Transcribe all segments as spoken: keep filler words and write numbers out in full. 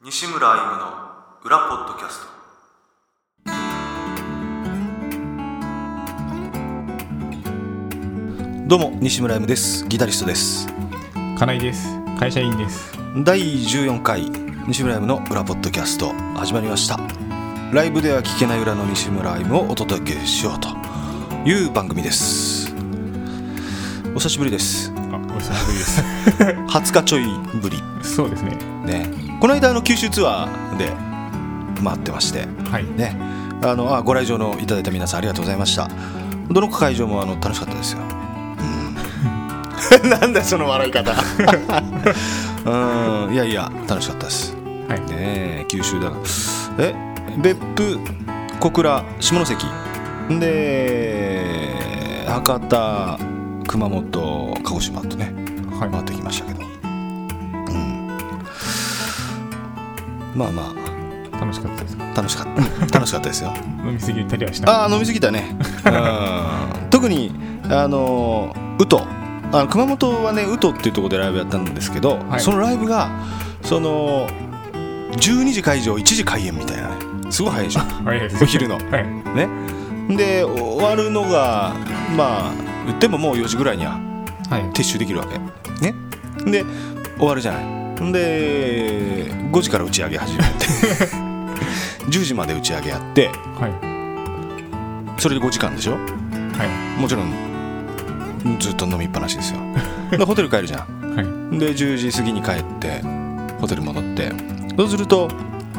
西村歩夢の裏ポッドキャスト。どうも西村歩夢です。ギタリストです。 金井です。会社員です。 だいじゅうよんかい西村歩夢の裏ポッドキャスト始まりました。ライブでは聞けない裏の西村歩夢をお届けしようという番組です。お久しぶりです。 あ、お久しぶりですはつかちょいぶり。 そうですね。 ね、この間の九州ツアーで回ってまして、 はいね、あのあご来場のいただいた皆さんありがとうございました。どの会場もあの楽しかったですよ、うん、なんだその笑い方うん、いやいや楽しかったです、はいね、九州だえ別府、小倉、下関で博多、熊本、鹿児島とね、はい、回ってきましたけど、まあまあ楽しかったですか。 楽しかった楽しかったですよ飲みすぎたりはしなかった。 ああ飲みすぎたねうん特にあの宇土あの熊本はね宇土っていうところでライブやったんですけど、はい、そのライブがそのじゅうにじ開場いちじ開演みたいなね、すごい早いでしょお昼の、はいね、で終わるのがまあ言ってももうよじぐらいには撤収できるわけ、ね、で終わるじゃない。でごじから打ち上げ始めてじゅうじまで打ち上げやって、はい、それでごじかんでしょ、はい、もちろんずっと飲みっぱなしですよでホテル帰るじゃん、はい、でじゅうじ過ぎに帰ってホテル戻って、そうすると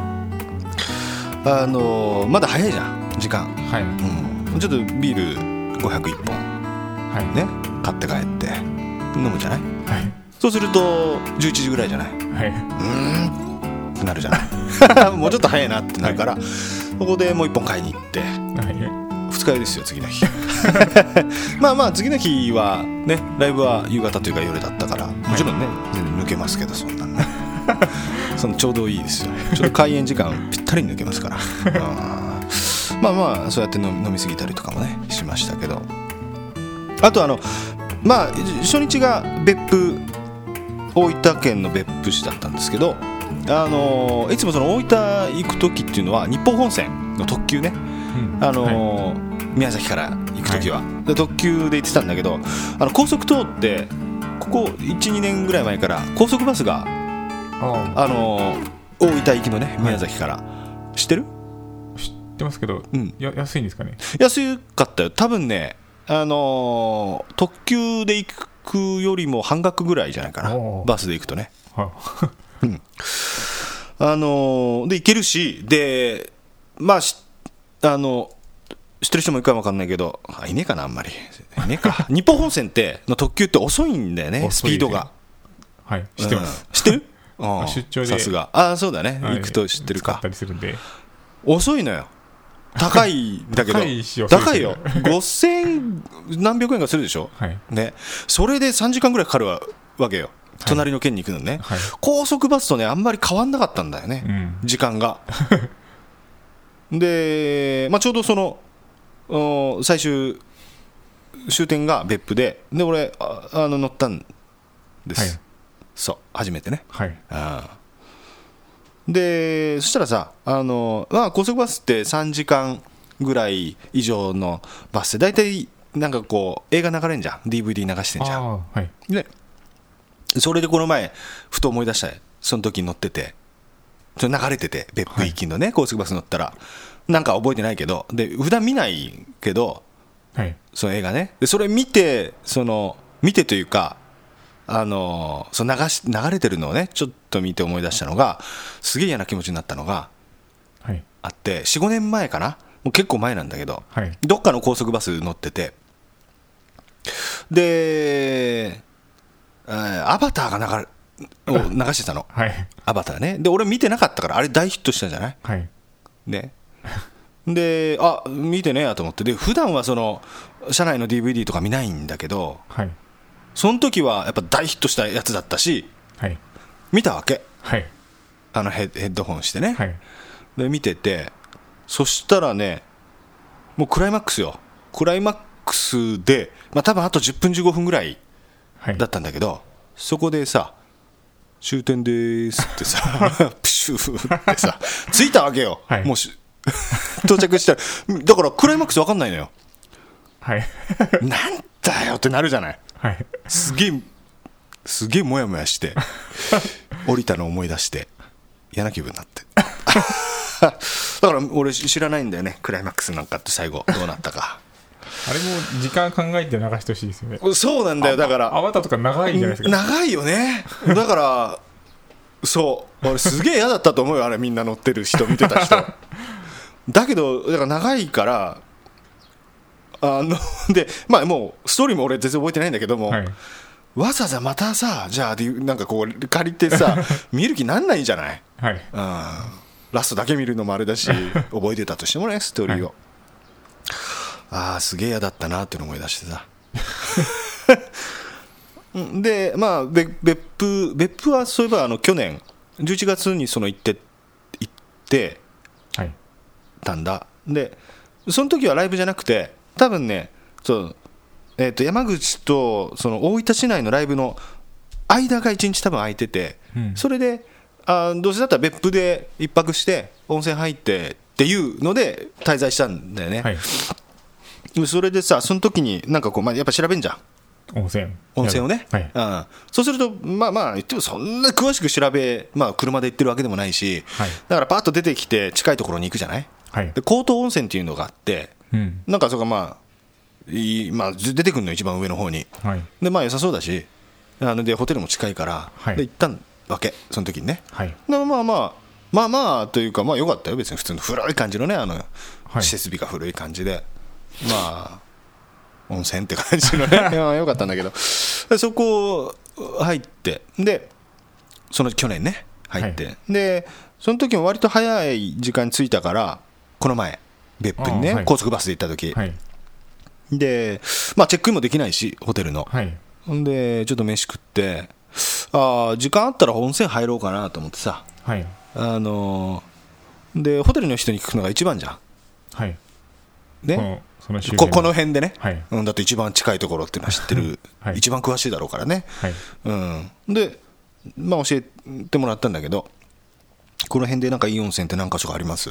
あのまだ早いじゃん時間、はいうん、ちょっとビールごひゃくいっぽん、はいね、買って帰って飲むじゃない、はいそうするとじゅういちじぐらいじゃない、はい、うーんってなるじゃないもうちょっと早いなってなるから、はい、そこでもういっぽん買いに行って、はい、ふつか酔いですよ次の日まあまあ次の日はねライブは夕方というか夜だったからもちろんね、はい、全然抜けますけどそんなねそのちょうどいいですよちょっと開演時間ぴったり抜けますからあまあまあそうやって飲みすぎたりとかもねしましたけど、あとあのまあ初日が別府大分県の別府市だったんですけど、あのー、いつもその大分行く時っていうのは日本本線の特急ね、うんあのーはい、宮崎から行く時は、はい、で特急で行ってたんだけど、あの高速通ってここ いち,に 年ぐらい前から高速バスがあのー、大分行きのね宮崎から、はい、知ってる？ 知ってますけど、うん、や安いんですかね？ 安かったよ多分ね、あのー、特急で行くよりも半額ぐらいじゃないかな、バスで行くとね、うん、あのー、で行けるし、でまああの知ってる人もいるかも分かんないけど、あいねえかなあんまりいねえか日本本線っての特急って遅いんだよね、スピードが。 はい知ってます、 うん、知ってる出張でさすがあそうだね、はい、行くと知ってるか。 使ったりするんで遅いのよ、高いんだけど 高, い高いよごせん何百円かするでしょ、はいね、それでさんじかんぐらいかかるわけよ、隣の県に行くのね、はい、高速バスとねあんまり変わんなかったんだよね、うん、時間がで、まあ、ちょうどその最終終点が別府で、で俺 あ, あの乗ったんです、はい、そう初めてね、はい、あでそしたらさあの、まあ、高速バスってさんじかんぐらい以上のバスで大体なんかこう映画流れんじゃん ディーブイディー 流してんじゃん、はい、でそれでこの前ふと思い出したその時に乗っててそれ流れてて別府行きのね、はい、高速バス乗ったらなんか覚えてないけどで普段見ないけど、はい、その映画ねでそれ見てその見てというかあのその 流, し流れてるのをねちょっと見て思い出したのがすげえ嫌な気持ちになったのがあって、はい、よん、ごねんまえかな、もう結構前なんだけど、はい、どっかの高速バス乗っててでアバターが流れを流してたの、はい、アバターねで俺見てなかったからあれ大ヒットしたじゃない、はい、ねであ見てねえやと思ってで普段はその車内の ディーブイディー とか見ないんだけど、はいその時はやっぱ大ヒットしたやつだったし、はい、見たわけ、はい、あの ヘ, ヘッドホンしてね、はい、で見ててそしたらねもうクライマックスよクライマックスで、まあ、多分あとじゅっぷんじゅうごふんぐらいだったんだけど、はい、そこでさ終点ですってさプシューってさ着いたわけよ、はい、もうし到着したらだからクライマックス分かんないのよ、 はい、 なんだよってなるじゃない、 はい、 すげえすげえモヤモヤして降りたのを思い出して嫌な気分になってだから俺知らないんだよね、クライマックスなんかって最後どうなったかあれも時間考えて流してほしいですよね。 そうなんだよ、だからアバターとか長いじゃないですか。 長いよねだからそう俺すげえ嫌だったと思うよ、あれみんな乗ってる人見てた人だけどだから長いからあのでまあもうストーリーも俺全然覚えてないんだけども、はい、わざわざまたさじゃあなんかこう借りてさ見る気なんないじゃない、はい、うん、ラストだけ見るのもあれだし覚えてたとしてもねストーリーを、はい、ああすげえ嫌だったなっていうのを思い出してさでまあ別府別府はそういえばあの去年じゅういちがつにその行って行ってたんだ、はい、でその時はライブじゃなくて多分ねそう、えー、と山口とその大分市内のライブの間がいちにち多分空いてて、うん、それであどうせだったら別府で一泊して温泉入ってっていうので滞在したんだよね、はい、それでさその時になんかこう、まあ、やっぱ調べんじゃん温泉温泉をね、はい、うん、そうするとまあまあ言ってもそんな詳しく調べ、まあ、車で行ってるわけでもないし、はい、だからパッと出てきて近いところに行くじゃない、はい、で江東温泉っていうのがあって、うん、なんかそこがまあいい、まあ、出てくるの一番上の方に、はい、でまあ良さそうだしあのでホテルも近いから、はい、で行ったわけその時にね、はい、でまあまあまあまあというかまあ良かったよ別に普通の古い感じのねあの、はい、設備が古い感じでまあ温泉って感じのねよかったんだけどそこ入ってでその去年ね入って、はい、でその時も割と早い時間に着いたからこの前別府にね、はい、高速バスで行った時、はい、でまあチェックインもできないしホテルの、はい、でちょっと飯食ってあ時間あったら温泉入ろうかなと思ってさ、はい、あのでホテルの人に聞くのが一番じゃん、はいね、この, こ, この辺でね、はいうん、だって一番近いところっていうのは知ってる、はい、一番詳しいだろうからね、はいうん、で、まあ、教えてもらったんだけどこの辺でなんかいい温泉って何か所かありますって、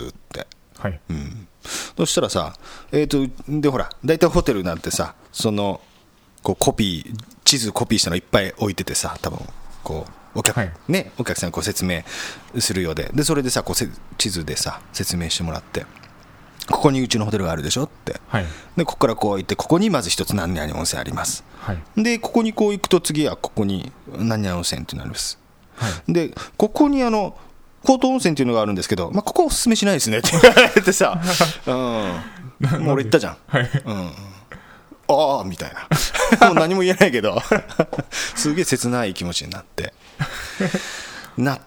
はいうん、そしたらさ、えー、とでほら大体ホテルなんてさそのこうコピー地図コピーしたのいっぱい置いててさ多分こう お, 客、はいね、お客さんにこう説明するようで、でそれでさこう地図でさ説明してもらってここにうちのホテルがあるでしょって、はい、でここからこう行ってここにまず一つ何々温泉あります、はい、でここにこう行くと次はここに何々温泉ってなります、はい、でここにあの江東温泉っていうのがあるんですけど、まあ、ここはおすすめしないですねって言われてさ、うん、もう俺言ったじゃん、はいうん、ああみたいなもう何も言えないけどすげえ切ない気持ちになってなって、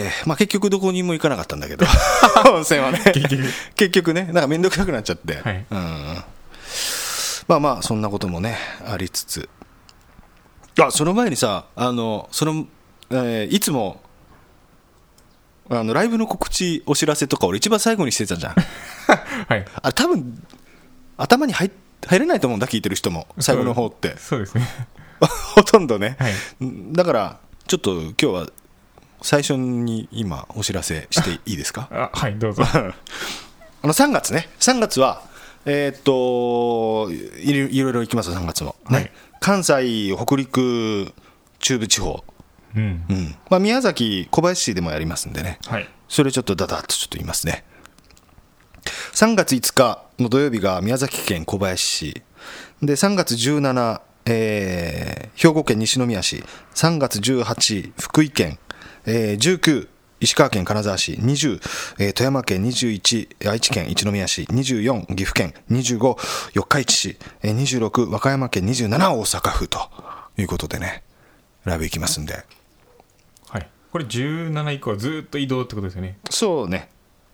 まあ、結局どこにも行かなかったんだけど温泉はね結局ねなんか面倒くさくなっちゃって、はいうん、まあまあそんなこともねありつつあその前にさあのその、えー、いつもあのライブの告知お知らせとか俺一番最後にしてたじゃん、はい、あれ多分頭に 入, 入れないと思うんだ聞いてる人も最後の方ってそうですねほとんどね、 はい、 だからちょっと今日は最初に今お知らせしていいですかあはいどうぞあのさんがつねさんがつはえー、っと い, いろいろ行きますさんがつも、ねはい、関西北陸中部地方、うんうんまあ、宮崎小林市でもやりますんでね、はい、それちょっとダダッとちょっと言いますね。さんがついつかの土曜日が宮崎県小林市でさんがつじゅうしちにち、えー、兵庫県西宮市さんがつじゅうはちにち福井県えー、じゅうくにち石川県金沢市にじゅう、えー、富山県にじゅういち愛知県一宮市にじゅうよん岐阜県にじゅうご四日市市、えー、にじゅうろく和歌山県にじゅうなな大阪府ということでねライブ行きますんで、 はい、これじゅうなな以降はずっと移動ってことですよね。 そうね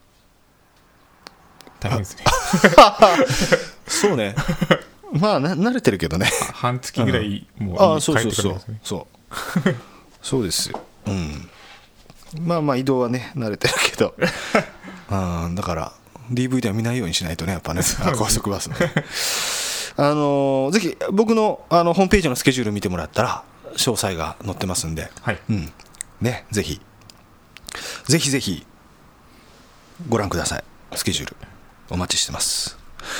大変ですねそうねまあな慣れてるけどね半月ぐらいもうああそうそうそうそうそうですようんまあまあ移動はね慣れてるけどあだから ディーブイディー は見ないようにしないとねやっぱね高速バスの、ね、あのー、ぜひ僕のあのホームページのスケジュール見てもらったら詳細が載ってますんで、はいうん、 ね、ぜひぜひぜひご覧ください。スケジュールお待ちしてます。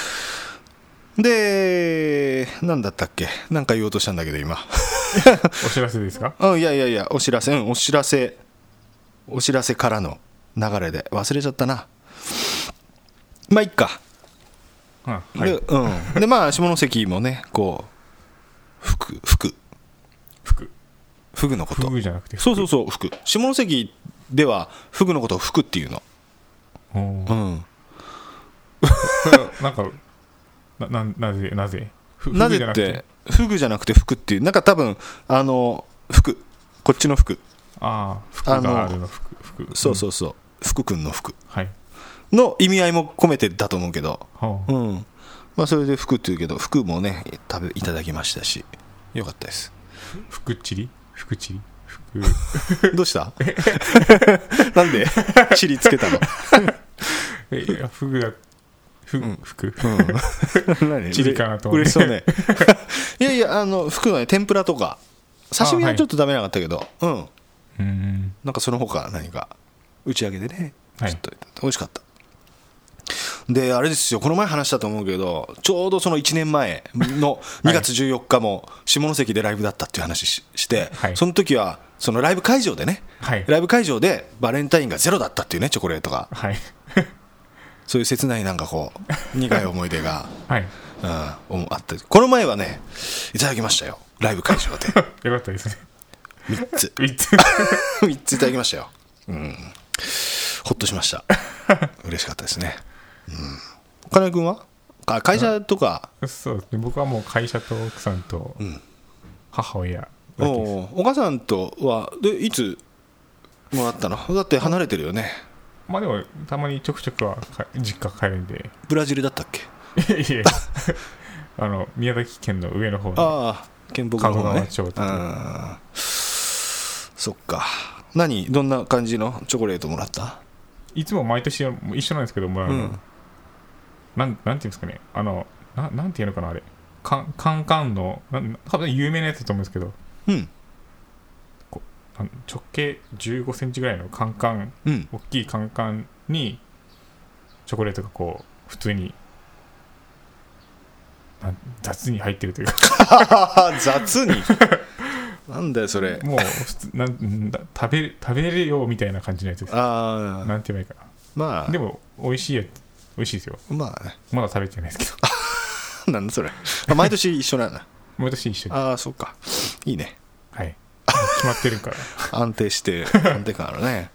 で、なんだったっけ、なんか言おうとしたんだけど今お知らせですか？ うん、いやいやいや、お知らせ、うん、お知らせお知らせからの流れで忘れちゃったな。まあいっか。 あ、はい、 で、うん、でまあ下関もね、こう服服服フグのこと、 フグじゃなくて、 そうそうそう、フグ、下関ではフグのことをフグっていうの。うん、 なんか な, な, なぜなぜなぜってフグじゃなくて服っていう、なんか多分あの服、こっちの服、 ああ、服があるの服、服、 そうそうそう、うん、福くんの服、 はい、 の意味合いも込めてだと思うけど、 はあ、 うん、まあそれで服っていうけど、服もね食べいただきましたし、よかったです。 福チリ、福チリ、 福どうしたなんでチリつけたのいや、フグだ、フグ、服、 うん、何チリかなと思って、 嬉しそうねいやいや、あの服のね、天ぷらとか刺身はちょっと食べなかったけど、はい、うん、うん、なんかその他何か打ち上げでね、ちょっと美味しかった。であれですよ、この前話したと思うけど、ちょうどそのいちねんまえのにがつじゅうよっかも下関でライブだったっていう話 し, して、はい、その時はそのライブ会場でね、はい、ライブ会場でバレンタインがゼロだったっていうね、チョコレートが、はい、そういう切ないなんかこう苦い思い出が、はい、うん、あった。この前はねいただきましたよ、ライブ会場でよかったですね、 みっつみっつみっついただきましたよ、うん、ほっとしました嬉しかったですね。うん、金井君は会社とか？ そうですね、僕はもう会社と奥さんと母親だけです。 お, お母さんとはでいつもらったの？だって離れてるよね。 まあでもたまにちょくちょくは実家帰るんで。 ブラジルだったっけ？いえあの宮崎県の上の方の、 ああ、県北の方のね、 町とか。そっか。何、どんな感じのチョコレートもらった？いつも毎年一緒なんですけどもらうの、うん、なんなんていうんですかね、あの な, なんていうのかな、あれカンカンカンの多分有名なやつだと思うんですけど、うん、こう直径じゅうごセンチぐらいのカンカン、うん、大きいカンカンにチョコレートがこう普通に雑に入ってるというか雑になんだよそれ、 もう普通なんだ食べる食べれるよみたいな感じのやつです。あ、なんて言えばいいかな、まあでも美味しいやつ、美味しいですよ。まあね、まだ食べてないですけどなんだそれ、毎年一緒なんだ毎年一緒に。 ああ、そっか、いいね、 はい、決まってるから安定して安定感あるね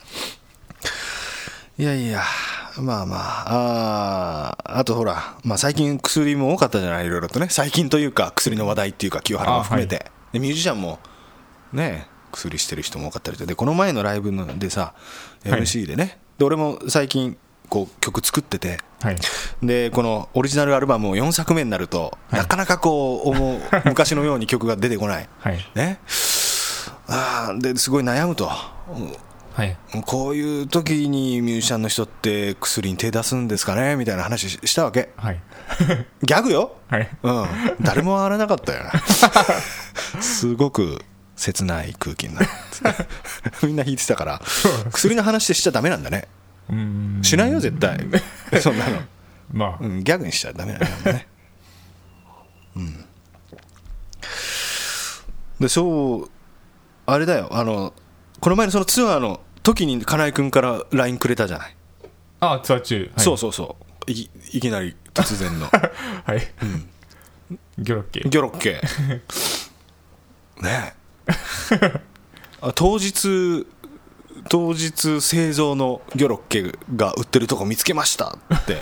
いやいや、まあまあ、あ, あとほら、まあ、最近薬も多かったじゃない、いろいろとね。最近というか薬の話題っていうか、清原も含めて、はい、でミュージシャンもね薬してる人も多かったりで、この前のライブでさ エムシー でね、はい、で俺も最近こう曲作ってて、はい、でこのオリジナルアルバムもよんさくめになると、はい、なかなかこう思う昔のように曲が出てこない、はい、ね、あですごい悩むと、はい、こういう時にミュージシャンの人って薬に手出すんですかねみたいな話したわけ、はい、ギャグよ、はい、うん、誰も笑わなかったよなすごく切ない空気になるみんな弾いてたから薬の話でしちゃダメなんだね。うーん、しないよ絶対そんなの、まあうん、ギャグにしちゃダメなんだね、うん、でそうあれだよ、あのこの前のそのツアーの時に金井君から ライン くれたじゃない。 ああ、ツアー中、はい、そうそうそう、 い, いきなり突然のはい、うん、ギョロッケギョロッケねえ当日当日製造のギョロッケが売ってるとこ見つけましたって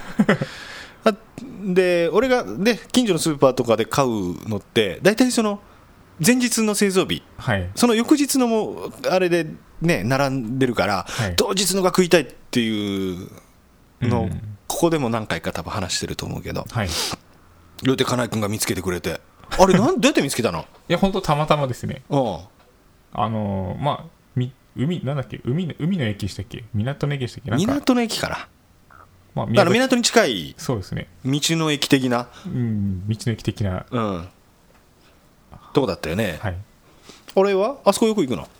で俺がで近所のスーパーとかで買うのって大体その前日の製造日、はい、その翌日のもあれでね並んでるから、はい、当日のが食いたいっていうのを、うん、ここでも何回か多分話してると思うけど、はい、で金井君が見つけてくれてあれなんどうやって見つけたの？ いや本当たまたまですね。あのまあみ海なんだっけ 海, の海の駅でしたっけ、港の駅でしたっけ、なんか港の駅から、まあ、だから港に近い、 そうですね、 道の駅的な、 うん、道の駅的な、 うん、とこだったよね。 はい、 俺はあそこよく行くの？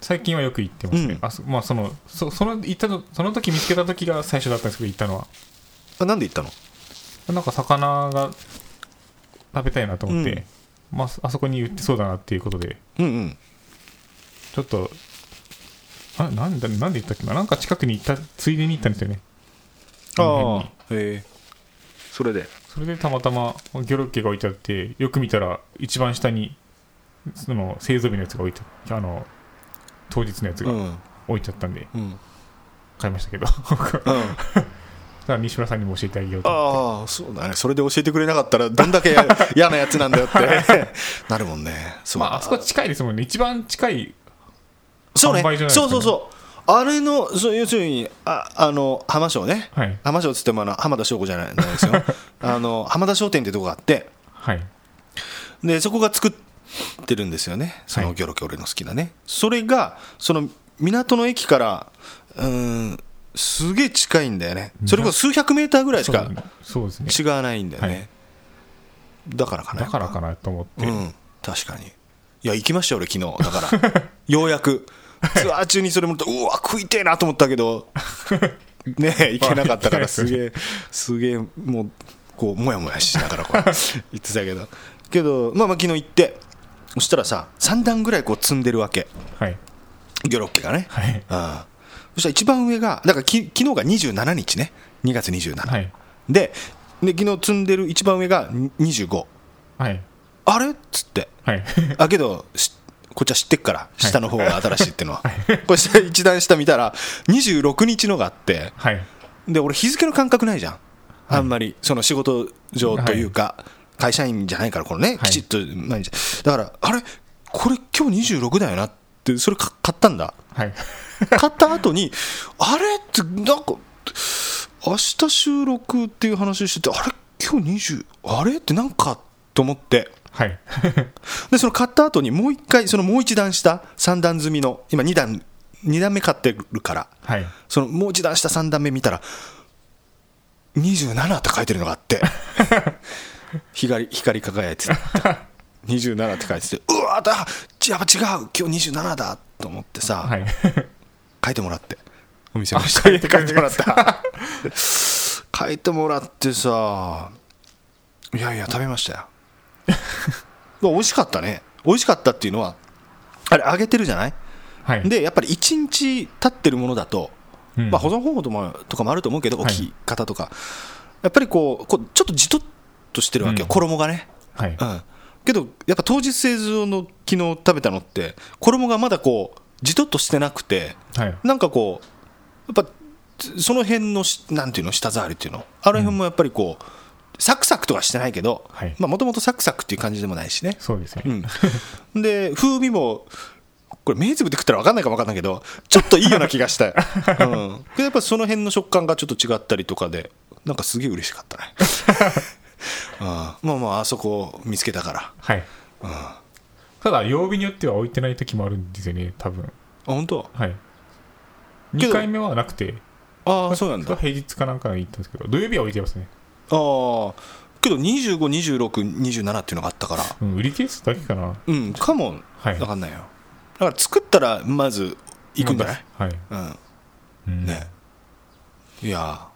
最近はよく行ってますね、うん、あそまあその そ, その行ったのその時見つけた時が最初だったんですけど、行ったのは。 あ、なんで行ったの？ なんか魚が食べたいなと思って、うん、まあ、あそこに売ってそうだなっていうことで、 うんうん、 ちょっとあなんだなんで行ったっけな、なんか近くに行ったついでに行ったんですよね。 ああ、へえ。それでそれでたまたまギョロッケが置いてあって、よく見たら一番下にその製造日のやつが置いてあの当日のやつが置いてあったんで、うん、買いましたけど、うんだから西村さんにも教えてあげようと思って。 ああ、そうだね。それで教えてくれなかったらどんだけ嫌なやつなんだよってなるもんね。 そう、まあ、あそこ近いですもんね。一番近い販売所じゃないですかね。 そうね、そうそうそう。あれのそう要するにああの浜商ね、はい、浜商っつってもあの浜田商子じゃないんですよあの浜田商店ってとこがあって、はい、でそこが作ってるんですよね。そのギョロキョロの好きなね、はい、それがその港の駅からうーんすげえ近いんだよね。それこそ数百メーターぐらいしか違わないんだよね。はい、だからかな。 だからかなと思って、 うん、確かに。いや行きましたよ俺昨日。だからようやくツアー中にそれもとうわ食いてえなと思ったけどねえ行けなかったからすげえすげえもうこうもやもやしながらこう言ってたけどけどまあまあ昨日行って、そしたらささんだんぐらいこう積んでるわけ、はい、ギョロッケがね、はい、ああそしたら一番上がだからき昨日がにじゅうしちにちね、にがつにじゅうしち、はい、で, で昨日積んでる一番上がにじゅうご、はい、あれっつって、はい、あけどこっちは知ってっから下の方が新しいっていうのは、はい、これ一段下見たらにじゅうろくにちのがあって、はい、で俺日付の感覚ないじゃん、はい、あんまりその仕事上というか、はい、会社員じゃないからこのね、はい、きちっと毎日だからあれこれ今日にじゅうろくだよなってそれ買ったんだ、はい買った後にあれってなんか明日収録っていう話しててあれ今日にじゅうあれってなんかと思って、はい、でその買った後にもう一回そのもう一段下さんだん積みの今にだんにだんめ買ってるから、はい、そのもう一段下さんだんめ見たらにじゅうななって書いてるのがあって光, 光り輝いてたにじゅうななって書いててうわだやっぱ違う今日にじゅうななだと思ってさ、はい書いてもらってお店に書いて書いてもらった書いてもらってさいやいや食べましたよ美味しかったね。美味しかったっていうのはあれ揚げてるじゃない、はい、でやっぱりいちにち経ってるものだと、うんまあ、保存方法とかもあると思うけど置き方とか、はい、やっぱりこう、こうちょっとじとっとしてるわけよ、うん、衣がね、はいうん、けどやっぱ当日製造の昨日食べたのって衣がまだこうじとっとしてなくて、はい、なんかこうやっぱその辺のなんていうの舌触りっていうのあの辺もやっぱりこう、うん、サクサクとかしてないけどもともとサクサクっていう感じでもないしね。 そうですね、 うん、で風味もこれ目つぶって食ったら分かんないかも分かんないけどちょっといいような気がしたよ、うん、でやっぱその辺の食感がちょっと違ったりとかでなんかすげえ嬉しかったねあまあまああそこを見つけたからはい、 うんただ曜日によっては置いてない時もあるんですよね多分。あ本当はいにかいめはなくてああそうなんだ平日かなんかに行ったんですけど土曜日は置いてますね。 ああけどにじゅうご、にじゅうろく、にじゅうななっていうのがあったから、 うん、売り切れだけかなうんかも分かんないよ、はい、だから作ったらまず行くんじゃない、はいうんうん、ねいや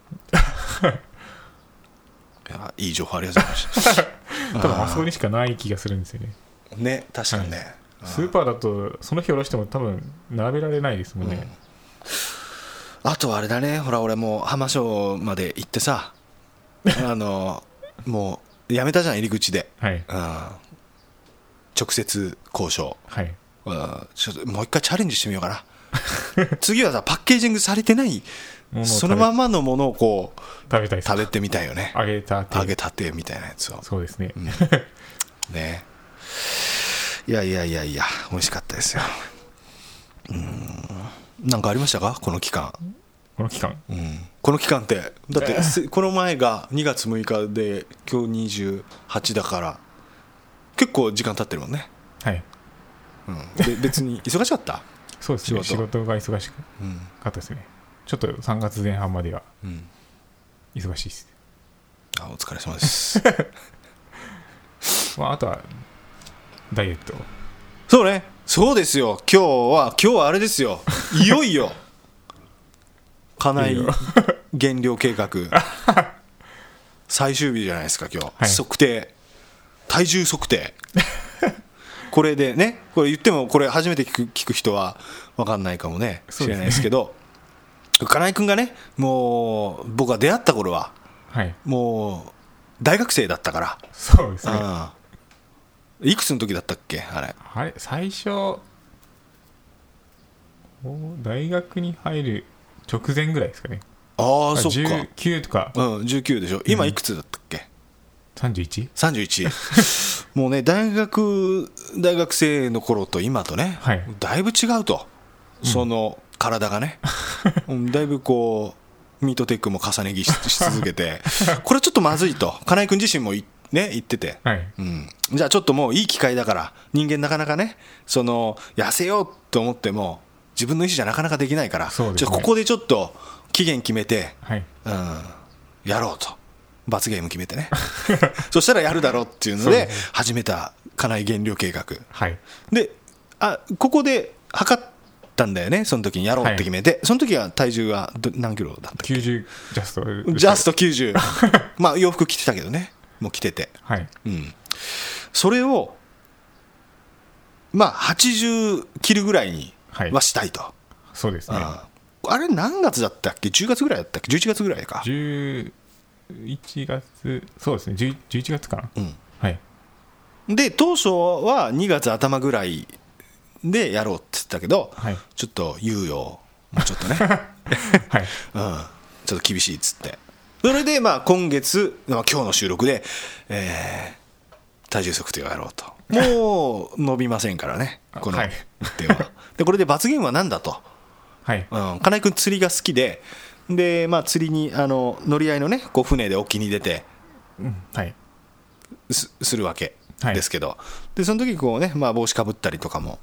いやいい情報ありがとうございました多分あそこにしかない気がするんですよね。 ね確かにね、 はい、スーパーだとその日おろしても多分並べられないですもんね、 うん、あとはあれだねほら俺も浜松まで行ってさあのもうやめたじゃん入り口で、はい、うん、直接交渉、はい、うん、ちょっともう一回チャレンジしてみようかな次はさパッケージングされてないそのままのものをこう食べたい食べてみたいよね。 揚げたて揚げたてみたいなやつを。 そうですね、うん、 ねいやいやいやいや美味しかったですよ。うんなんかありましたかこの期間。 この期間、 うん、この期間ってだって、えー、この前がにがつむいかで今日にじゅうはちだから結構時間経ってるもんね。はい、うん、で別に忙しかったそうですね仕事、仕事が忙しかったですね、うん、ちょっとさんがつぜん半までは忙しいです、 うん、あお疲れ様ですまあ、あとはダイエットそうねそうですよ。今日は今日はあれですよ。いよいよ金井減量計画最終日じゃないですか今日、はい、測定体重測定これでね、これ言ってもこれ初めて聞く、聞く人は分かんないかもねしれないですけど、金井君がね、もう僕が出会った頃は、はい、もう大学生だったから。 そうですね。 いくつの時だったっけあれ。 あれ最初大学に入る直前ぐらいですかね。 ああ、そっか。 じゅうきゅうとか。 うん、じゅうきゅうでしょ。今いくつだったっけ。 さんじゅういち？ さんじゅういち もうね、大学大学生の頃と今とね、はい、だいぶ違うと、うん、その体がねだいぶこうミートテックも重ね着 し, し続けてこれちょっとまずいと金井君自身もね言ってて、はい、うん、じゃあちょっともういい機会だから人間なかなかねその痩せようと思っても自分の意思じゃなかなかできないから、ね、じゃあここでちょっと期限決めて、はい、うん、やろうと罰ゲーム決めてねそしたらやるだろうっていうので始めた金井減量計画、はい、であここで測ったんだよね。その時にやろうって決めて、はい、その時は体重は何キロだったっけ。 きゅうじゅうジャストジャストきゅうじゅうまあ洋服着てたけどね、もう着てて、はい、うん、それをまあはちじゅう切るぐらいにはしたいと、はい、 そうですね。 あ, あれ何月だったっけ。じゅうがつぐらいだったっけ。じゅういちがつぐらいか。 じゅういちがつ、そうですね、じゅういちがつかな、うん、はい。 で当初はにがつ頭ぐらいでやろうって言ったけど、はい、ちょっと猶予もうちょっとね、はい、うん、ちょっと厳しいっつって、それでまあ今月、まあ、今日の収録で、えー、体重測定をやろうと。もう伸びませんからねこの日程は、はい、でこれで罰ゲームは何だと、はい、うん、金井君釣りが好きでで、まあ、釣りにあの乗り合いのねこう船で沖に出て、うんはい、す, するわけですけど、はい、でその時こうね、まあ、帽子かぶったりとかも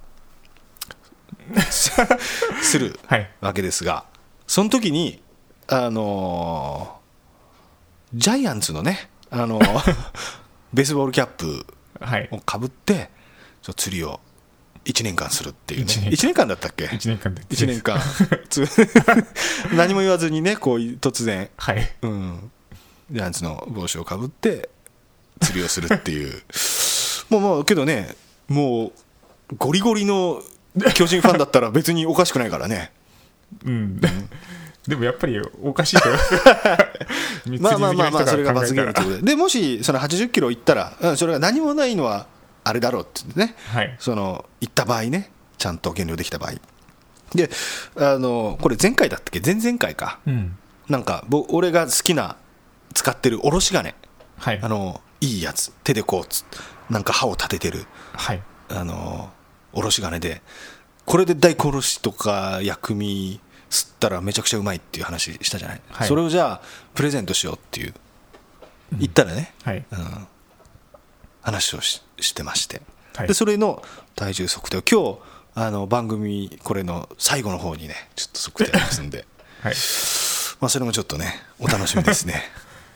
するわけですが、はい、その時にあのー、ジャイアンツのね、あのー、ベースボールキャップをかぶってちょ釣りをいちねんかんするっていうね。いちねんかん、いちねんかんだったっけ。 いちねんかんでいちねんかん何も言わずにねこう突然、はい、うん、ジャイアンツの帽子をかぶって釣りをするっていうもうもうけどね、もうゴリゴリの巨人ファンだったら別におかしくないからねうん、うん、でもやっぱりおかしいとまあまあまあまあそれが罰ゲームということで、でもしそのはちじゅっキロいったら、うん、それが何もないのはあれだろうって言ってね、はい、その行った場合ね、ちゃんと減量できた場合で、あのこれ前回だったっけ、前々回か、うん、なんか僕俺が好きな使ってるおろし金、はい、あのいいやつ、手でこうなんか刃を立ててる、はい、あのおろし金で、これで大根おろしとか薬味吸ったらめちゃくちゃうまいっていう話したじゃない、はい、それをじゃあプレゼントしようっていう言ったらね、うん、はい、うん、話を し, してまして、はい、でそれの体重測定を今日あの番組これの最後の方にねちょっと測定ありますんで、はい、まあ、それもちょっとねお楽しみですね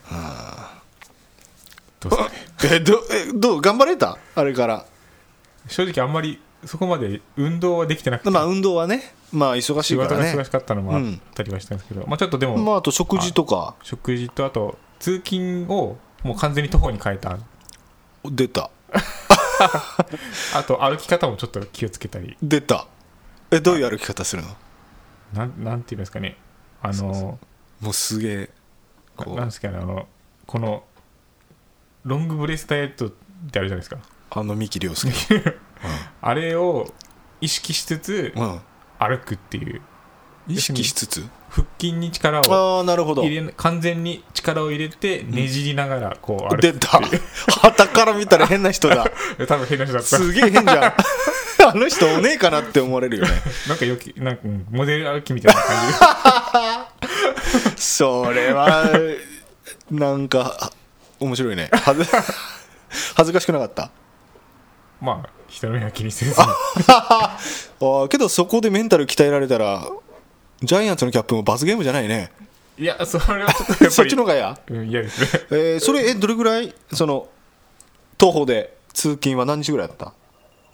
どうですかね。 えどえどう頑張れたあれから。 正直あんまりそこまで運動はできてなくて、 まあ運動はね、まあ忙しいからね、 仕事が忙しかったのもあったりはしたんですけど、うん、まあちょっとでも、 まああと食事とか、 食事とあと通勤をもう完全に徒歩に変えた。 出たあと歩き方もちょっと気をつけたり。 出た。えどういう歩き方するの。 なん、なんていうんですかね、あのそうそうもうすげえな, なんですかね、あのこのロングブレスダイエットってあるじゃないですか、あの三木亮介、うん、 あれを意識しつつ歩くっていう、 うん、意識しつつ腹筋に力を入れ、完全に力を入れてねじりながらこう歩くっていう、うん、出た旗から見たら変な人だ多分変な人だった。 すげえ変じゃんあの人おねえかなって思われるよねなんかよきなんか、うん、モデル歩きみたいな感じそれはなんか面白いね。恥ず恥ずかしくなかった。 まあ人の目は気にせずにあけどそこでメンタル鍛えられたらジャイアンツのキャップも罰ゲームじゃないね。 いやそれはちょっとやっぱりそっちの方が嫌、 うん、嫌ですね、 えー、それえどれぐらいその徒歩で通勤は何日ぐらいだった。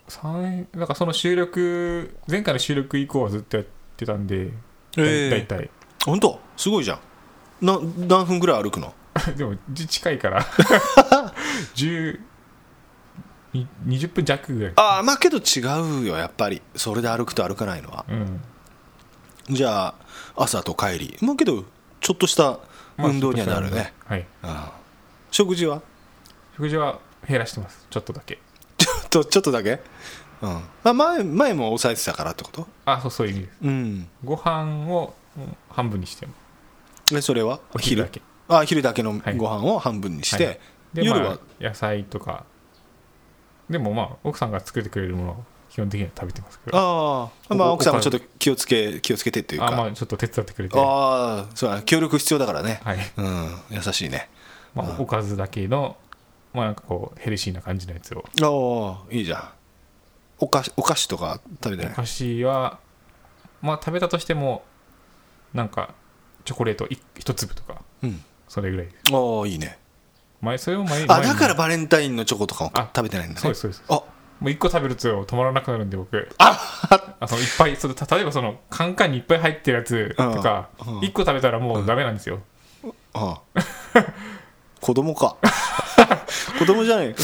なんかその収録前回の収録以降はずっとやってたんで、えー、だいたい本当すごいじゃん。な何分ぐらい歩くの？ でも近いからじゅう、にじゅっぷん弱ぐらい。 ああ、まあけど違うよやっぱり、それで歩くと歩かないのは、うん、じゃあ朝と帰り、まあけどちょっとした運動にはなるね、 まあ、はい。 ああ、食事は食事は減らしてます、ちょっとだけ。 ちょっとちょっとだけ、うん、あ 前, 前も抑えてたからってこと？ あ、そう、そういう意味です、うん、ご飯を半分にしても。 えそれはお昼だけ。 あ、昼だけのご飯を半分にして、はいはい、 で夜は、まあ、野菜とかでもまあ奥さんが作ってくれるものを基本的には食べてますけど。 ああ、まあ奥さんもちょっと気をつけ気をつけてっていうか、 あ、まあちょっと手伝ってくれて。 ああ、そうだ、協力必要だからね、 はい、 うん、優しいね。 まあ、おかずだけのまあなんかこうヘルシーな感じのやつを。 ああ、いいじゃん。お菓子、お菓子とか食べてない？ お菓子はまあ食べたとしてもなんかチョコレート一粒とか、うん、それぐらいです。 ああ、いいね。 前それを前あ、だからバレンタインのチョコとかも食べてないんだね。 そうですそうです。 あ、 もういっこ食べると止まらなくなるんで僕。ああ、そのいっぱい、その例えばそのカンカンにいっぱい入ってるやつとか、うん、いっこ食べたらもうダメなんですよ。 うん、ああ子供か子供じゃない、うん、え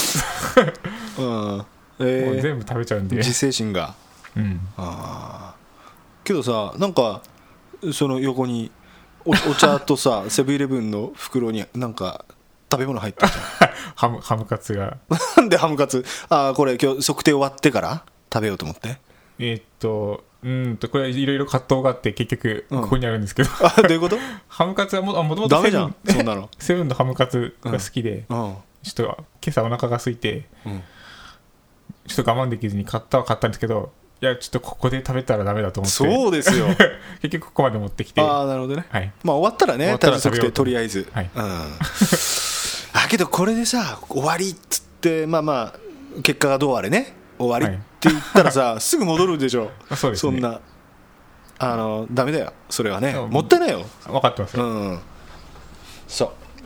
ー、もう全部食べちゃうんで、 自制心が、うん、あけどさ、なんかその横に お, お茶とさセブンイレブンの袋になんか食べ物入ってるじゃんハム、ハムカツがなんでハムカツ、あ、これ今日測定終わってから食べようと思って。 えー、っとうんとこれいろいろ葛藤があって結局ここにあるんですけど、うん、 あ、どういうこと？ ハムカツは も, もともとセブンそんなのセブンのハムカツが好きで、うんうん、ちょっと今朝お腹が空いて、うん、ちょっと我慢できずに買ったは買ったんですけど、いやちょっとここで食べたらダメだと思って。 そうですよ結局ここまで持ってきて。 ああ、なるほどね、 はい、 まあ終わったらね、 体重測定とりあえず、はい、うん、あ、けどこれでさ終わりっつってまあまあ結果がどうあれね終わりって言ったらさ、はい、すぐ戻るでしょ。 そうですね、 そんなあのダメだよそれはね、もったいないよ。 分かってますよ、 うん、そう、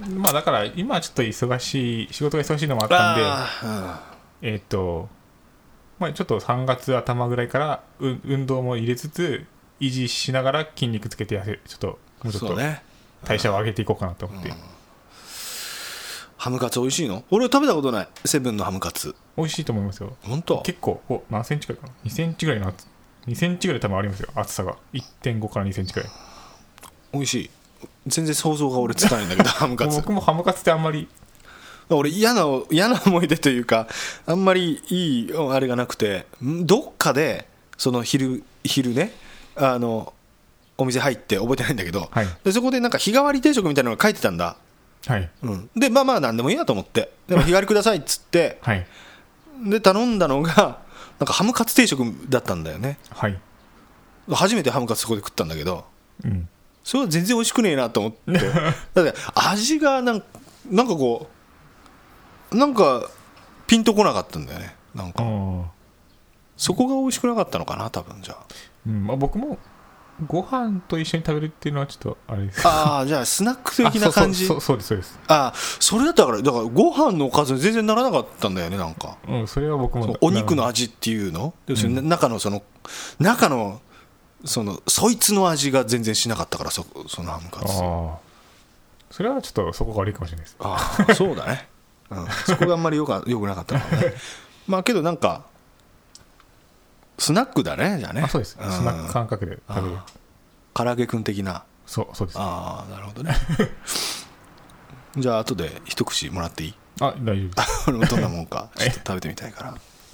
まあだから今はちょっと忙しい仕事が忙しいのもあったんで、あ、うん、えっ、ー、とまあちょっとさんがつ頭ぐらいからう運動も入れつつ維持しながら筋肉つけてやせちょっともうちょっと代謝を上げていこうかなと思って、うんうん、 ハムカツ美味しいの？俺は食べたことない、セブンのハムカツ。 美味しいと思いますよ。 本当？ 結構お何センチくらいかな、にセンチぐらいのにセンチぐらい多分ありますよ、厚さが いってんご からにセンチくらい。 美味しい。全然想像が俺つかないんだけどハムカツ。 僕もハムカツってあんまり俺嫌な嫌な思い出というか、あんまりいいあれがなくて、どっかでその昼昼ね、あのお店入って覚えてないんだけど、はい、でそこでなんか日替わり定食みたいなのが書いてたんだ、 はい、 うん、でまあまあ何でもいいやと思って、でも日替わりくださいっつって、はい、で頼んだのがなんかハムカツ定食だったんだよね、はい、初めてハムカツそこで食ったんだけど、うん、それは全然美味しくねえなと思ってだって味がなんか、なんかこうなんかピンとこなかったんだよね。なんかそこが美味しくなかったのかな多分。じゃあ、 うんまあ、僕もご飯と一緒に食べるっていうのはちょっとあれです。 ああ、じゃあスナック的な感じ。 そうそうそうそうです。 ああ、それだったからだからご飯のおかずに全然ならなかったんだよね。なんか、 うん、それは僕もお肉の味っていうの、要するに中のその、うん、中のそのそいつの味が全然しなかったから、そそのハムカツ。ああ、 それはちょっとそこが悪いかもしれないです。 ああ、そうだね、うん、そこがあんまりよくよくなかったからねまあけどなんかスナックだね。じゃあね。 あ、そうです、うん、スナック感覚で食べる。 唐揚げくん的な。 そうそうです。 ああ、なるほどねじゃあ後で一口もらっていい？ あ、大丈夫です。 俺もどんなもんかちょっと食べてみたいから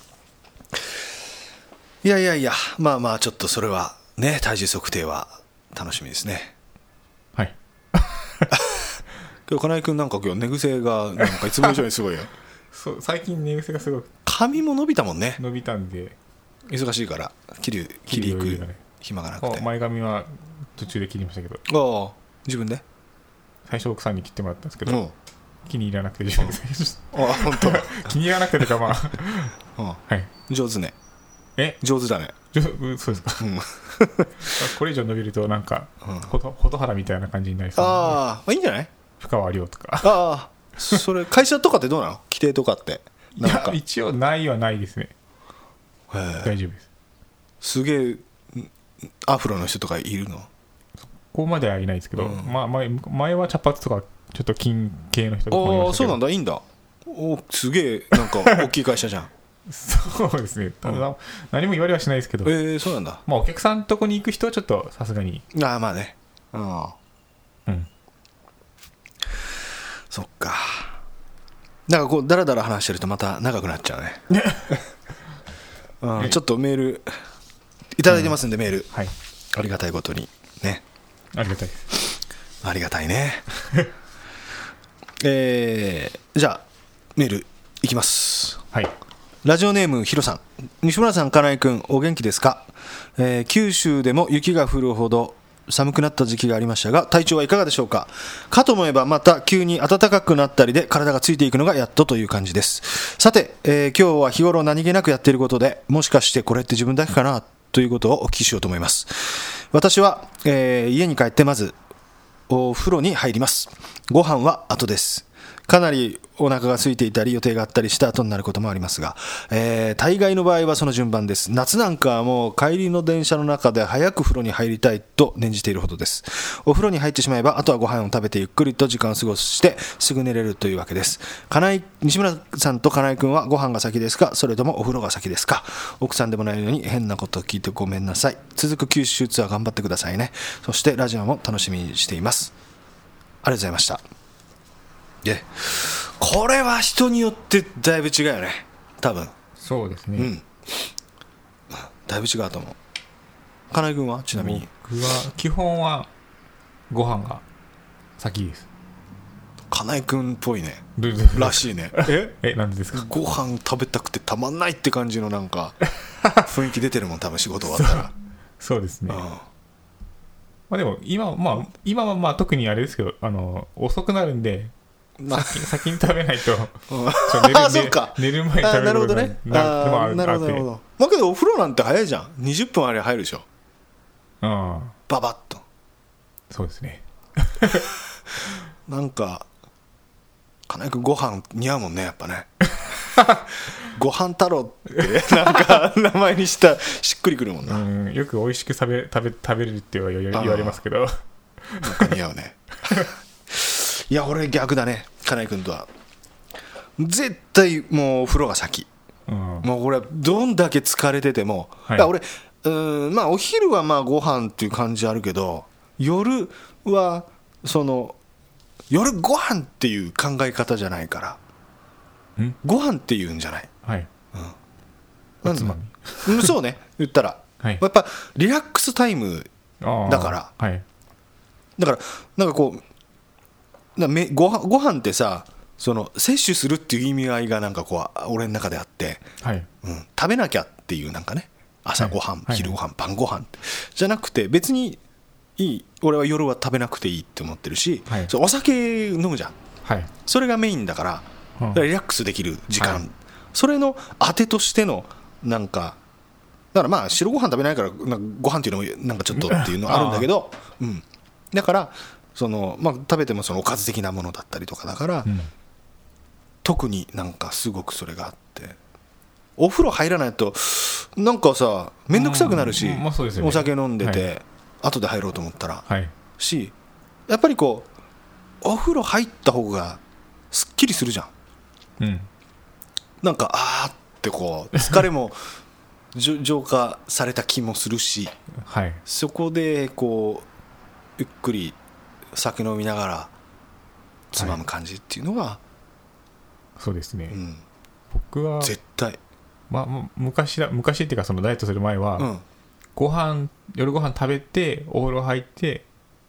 いやいやいや、まあまあちょっとそれはね、体重測定は楽しみですね。 はい今日金井君なんか今日寝癖がなんかいつも以上にすごいよそう最近寝癖がすごい。 髪も伸びたもんね。 伸びたんで忙しいから切り切り行く暇がなくて。 前髪は途中で切りましたけど。 ああ、自分で最初奥さんに切ってもらったんですけど、うん、気に入らなくて自分でああ、本当気に入らなくてとかまあ、 うん、はい、上手ね。 え上手だね。 そうですか、うん、これ以上伸びるとなんか、うん、蛍原みたいな感じになりそうな。 ああ、まあいいんじゃない。 深川亮とか。 ああ、それ会社とかってどうなの？規定とかってなんか。 いや一応ないはないですね。 大丈夫です。 すげえアフロの人とかいるの？ そこまではいないですけど、うん、まあ、前, 前は茶髪とかちょっと金系の人とかもいましたけど。ああ、 そうなんだ、いいんだ。おすげえなんか大きい会社じゃん。 そうですね、ただ、うん、何も言われはしないですけど。 えー、そうなんだ。 まあお客さんのとこに行く人はちょっとさすがに。 ああ、まあね。ああ、うん、そっか。なんかこうダラダラ話してるとまた長くなっちゃうね。うん、ちょっとメールいただいてますんで、うん、メール、はい、ありがたいことにね。 ありがたいです。 ありがたいね。えー、じゃあメールいきます。 はい。 ラジオネームヒロさん、西村さん、金井君、お元気ですか？えー、九州でも雪が降るほど寒くなった時期がありましたが、体調はいかがでしょうか？かと思えばまた急に暖かくなったりで体がついていくのがやっとという感じです。さて、えー、今日は日頃何気なくやっていることで、もしかしてこれって自分だけかなということをお聞きしようと思います。私は、えー、家に帰ってまずお風呂に入ります。ご飯は後です。かなりお腹が空いていたり予定があったりした後になることもありますが、えー、大概の場合はその順番です。夏なんかはもう帰りの電車の中で早く風呂に入りたいと念じているほどです。お風呂に入ってしまえばあとはご飯を食べてゆっくりと時間を過ごしてすぐ寝れるというわけです。金井西村さんと金井君はご飯が先ですか、それともお風呂が先ですか？奥さんでもないのに変なことを聞いてごめんなさい。続く九州ツアー頑張ってくださいね。そしてラジオも楽しみにしています。ありがとうございました。でこれは人によってだいぶ違うよね、多分。 そうですね、 うん、だいぶ違うと思う。金井君はちなみに？ 僕は基本はご飯が先です。 金井君っぽいねらしいね。 ええ、なんでですか？ ご飯食べたくてたまんないって感じのなんか雰囲気出てるもん、多分仕事終わったら。 そう、そうですね、うん。まあ、でも今、まあ、今はまあ特にあれですけど、あの遅くなるんで、まあ、先, 先に食べないと寝るあそうか寝る前に食べることになるのもある。 なるほどなるほど。まあけどお風呂なんて早いじゃん。にじゅっぷんあれ入るでしょ。 ああ、 ババッと。そうですね。 なんか金井君ご飯似合うもんね、やっぱね。ご飯太郎ってなんか名前にしたしっくりくるもんな。 うん、よく美味しく食べ、食べ、食べるって言われますけど、 なんか似合うね。いや俺逆だね、金井君とは。絶対もうお風呂が先、うん、もう俺はどんだけ疲れてても、はい、いや俺うーんまあお昼はまあご飯っていう感じあるけど、夜はその夜ご飯っていう考え方じゃないから、んご飯っていうんじゃない、 はい、うん、 なんつまみそうね言ったら、はい、やっぱリラックスタイムだから、 はい、 だからなんかこうなめ ご, ご飯ってさ、その摂取するっていう意味合いがなんかこう俺の中であって、 はいうん、食べなきゃっていうなんかね、朝ごはん、はい、昼ごはん、はい、晩ごはんじゃなくて別にいい、俺は夜は食べなくていいって思ってるし、はい、お酒飲むじゃん、 はい、 それがメインだから、うん、だからリラックスできる時間、はい、それの当てとしてのなんかだからまあ白ご飯食べないからなんかご飯っていうのもなんかちょっとっていうのはあるんだけど、うん、だからその、まあ、食べてもそのおかず的なものだったりとかだから、うん、特になんかすごくそれがあって、お風呂入らないとなんかさめんどくさくなるし、 まあそうですよね、 お酒飲んでて、はい、後で入ろうと思ったら、 はい、 しやっぱりこうお風呂入った方がすっきりするじゃん、うん、なんかあーってこう疲れも浄化された気もするし、 はい、 そこでこうゆっくり酒飲みながらつまむ感じっていうのが、はい、 そうですね、 うん、 僕は絶対、 まあ、昔だ昔っていうかそのダイエットする前は、うん、ご飯夜ご飯食べてお風呂入って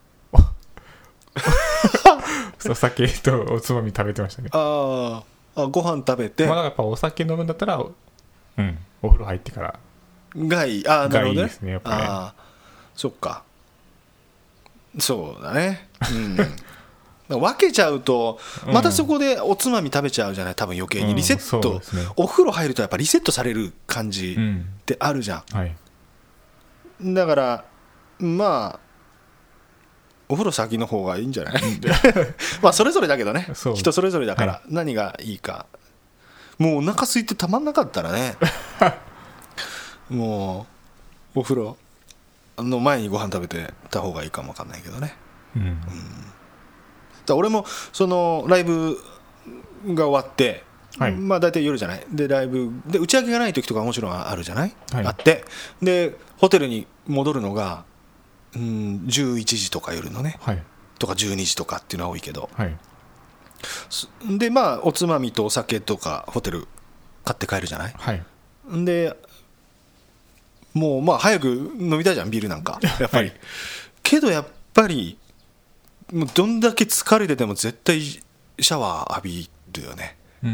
お酒とおつまみ食べてましたね。 ああ、ご飯食べて、 まあ、やっぱお酒飲むんだったら、うん、お風呂入ってからがいい。ああ、なるほどね。 がいいですね、やっぱね。 ああ、そっか。そうだね、うん、分けちゃうとまたそこでおつまみ食べちゃうじゃない、多分余計にリセット、うん、そうですね、お風呂入るとやっぱリセットされる感じってあるじゃん、 うん、はい、 だからまあお風呂先の方がいいんじゃないまあそれぞれだけどね、人それぞれだから、はい、何がいいか。もうお腹空いてたまんなかったらねもうお風呂の前にご飯食べてた方がいいかもわかんないけどね、うんうん、だ俺もそのライブが終わって、はい、まあ大体夜じゃないでライブで打ち上げがない時とかもちろんあるじゃない、はい、あってでホテルに戻るのが、うん、じゅういちじとか夜のね、はい、とかじゅうにじとかっていうのは多いけど、はい、でまあおつまみとお酒とかホテル買って帰るじゃない、はい、でもうまあ早く飲みたいじゃんビールなんかやっぱり、はい、けどやっぱりもうどんだけ疲れてても絶対シャワー浴びるよね、うんうん、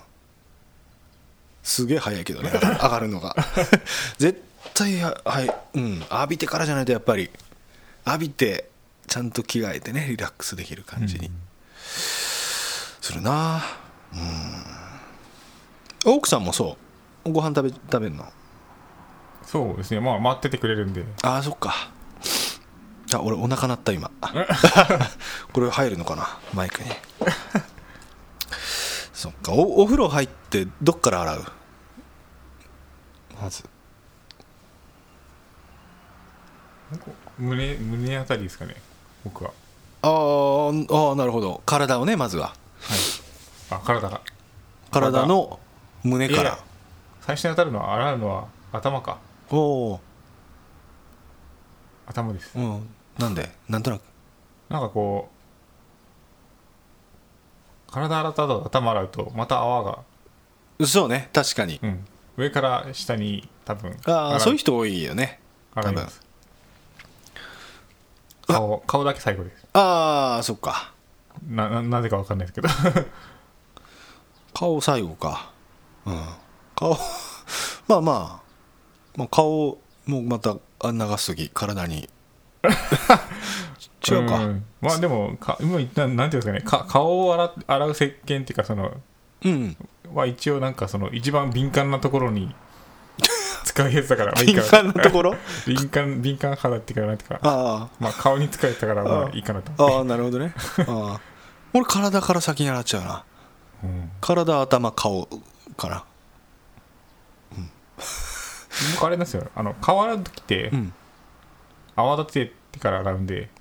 すげえ早いけどね上がるのが絶対はい、うん、浴びてからじゃないとやっぱり浴びてちゃんと着替えてねリラックスできる感じにするな、うん、奥さんもそうご飯食べ食べるの？ そうですね、まあ待っててくれるんで。 ああそっか。あ俺お腹鳴った今これ入るのかなマイクにそっか お, お風呂入ってどっから洗う？まず胸胸あたりですかね僕は。 ああなるほど体をねまずは、はい、 あ体が体の胸から、 いやいや最初に当たるのは洗うのは頭か。おお頭です、 うん、なんでなんとなくなんかこう体洗った後頭洗うとまた泡がそうね確かに、 うん、上から下に多分ああそういう人多いよね洗います。顔, 顔だけ最後です。 ああそっかな, な, なぜか分かんないですけど顔最後か、うん、顔まあまあまあ、顔もまた長すぎ体に違うか、うん、 まあでもかもうななんていうんですかねか顔を 洗, 洗う石鹸っていうかその、うん、は一応なんかその一番敏感なところに使うやつだから敏感なところ敏感敏感肌っていうかなんていうかあ、まあ、顔に使えたからまあいいかなと思って。ああなるほどねあ俺体から先に洗っちゃうな、うん、体頭顔かな。 僕あれなんですよあの顔洗う時って、うん、泡立ててから洗うんで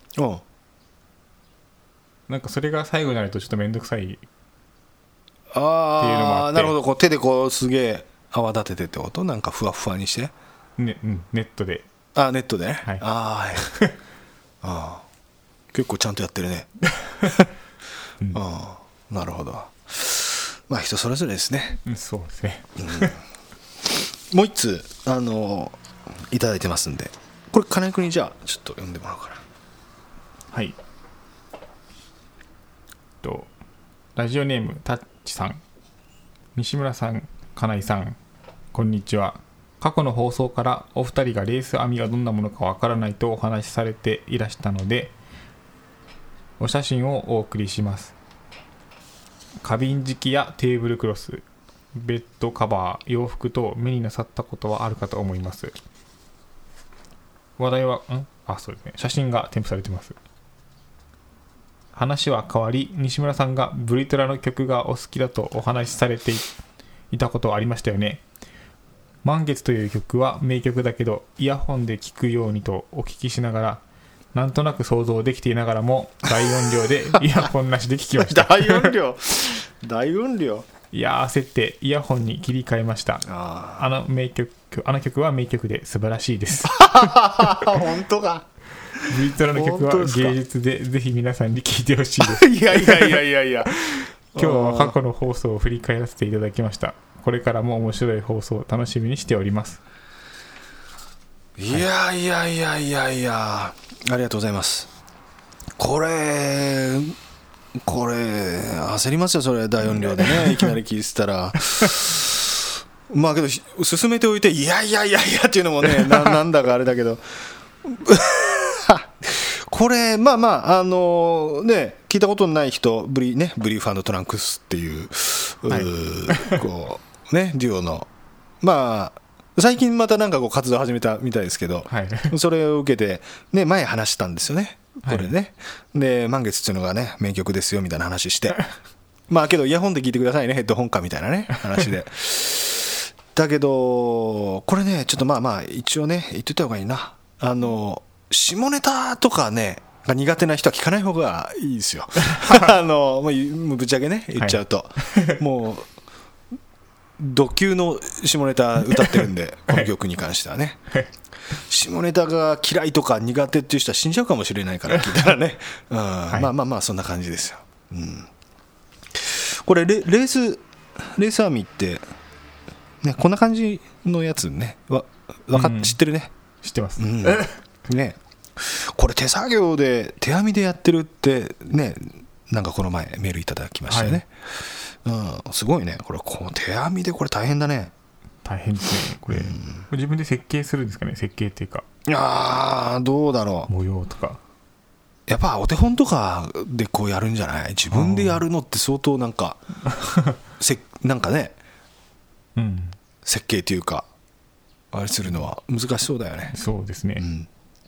なんかそれが最後になるとちょっとめんどくさいっていうのもあって。 あなるほどこう手でこうすげえ泡立ててってことなんかふわふわにして、 ねうん、ネットであネットでね、はい、あ、はい、あ結構ちゃんとやってるね、うん、あなるほどまあ人それぞれですね、 うん、そうですね、 うんもう一つあのいただいてますんでこれ金井君にじゃあちょっと読んでもらおうかな。 はいとラジオネームタッチさん、西村さん金井さんこんにちは。過去の放送からお二人がレース編みがどんなものかわからないとお話しされていらしたのでお写真をお送りします。花瓶敷きやテーブルクロスベッドカバー、洋服と目になさったことはあるかと思います。話題はんあそうですね写真が添付されています。話は変わり西村さんがブリトラの曲がお好きだとお話しされていたことはありましたよね。満月という曲は名曲だけどイヤホンで聴くようにとお聞きしながらなんとなく想像できていながらも大音量でイヤホンなしで聴きました大音量大音量いや焦ってイヤホンに切り替えました。あ, あの名曲あの曲は名曲で素晴らしいです本当か。 ブリトラの曲は芸術でぜひ皆さんに聴いてほしいですいやいやいやいやいや今日は過去の放送を振り返らせていただきました。これからも面白い放送を楽しみにしております。 いやいやいやいやいやありがとうございます。これこれ焦りますよそれ大音量でねいきなり聞いてたらまあけど進めておいていやいやいやいやっていうのもね な, なんだかあれだけどこれまあまああのね聞いたことのない人ブリねブリーフ&トランクスっていう、はい、うこうねデュオのまあ最近またなんかこう活動始めたみたいですけど、はい、それを受けてね前話したんですよねこれね、はい、で満月っていうのがね名曲ですよみたいな話してまあけどイヤホンで聞いてくださいねヘッドホンかみたいなね話でだけどこれねちょっとまあまあ一応ね言っといた方がいいな。あの下ネタとかねが苦手な人は聞かない方がいいですよあのもうぶっちゃけね言っちゃうと、はい、もうド級の下ネタ歌ってるんでこの曲に関してはね下ネタが嫌いとか苦手っていう人は死んじゃうかもしれないから聞いたらね、うん、はい、まあまあまあそんな感じですよ、うん、これ レ, レースレースアーミーって、ね、こんな感じのやつねわわか、うん、知ってるね。 知ってます、 うんね、これ手作業で手編みでやってるってね、なんかこの前メールいただきましたよね、はい、うん、すごいねこれこう手編みでこれ大変だね。 大変ですねこれ、うん、これ自分で設計するんですかね。設計っていうかいやどうだろう、 模様とかやっぱお手本とかでこうやるんじゃない。自分でやるのって相当なんかせなんかね、うん、設計っていうかあれするのは難しそうだよね。 そうですね、うん、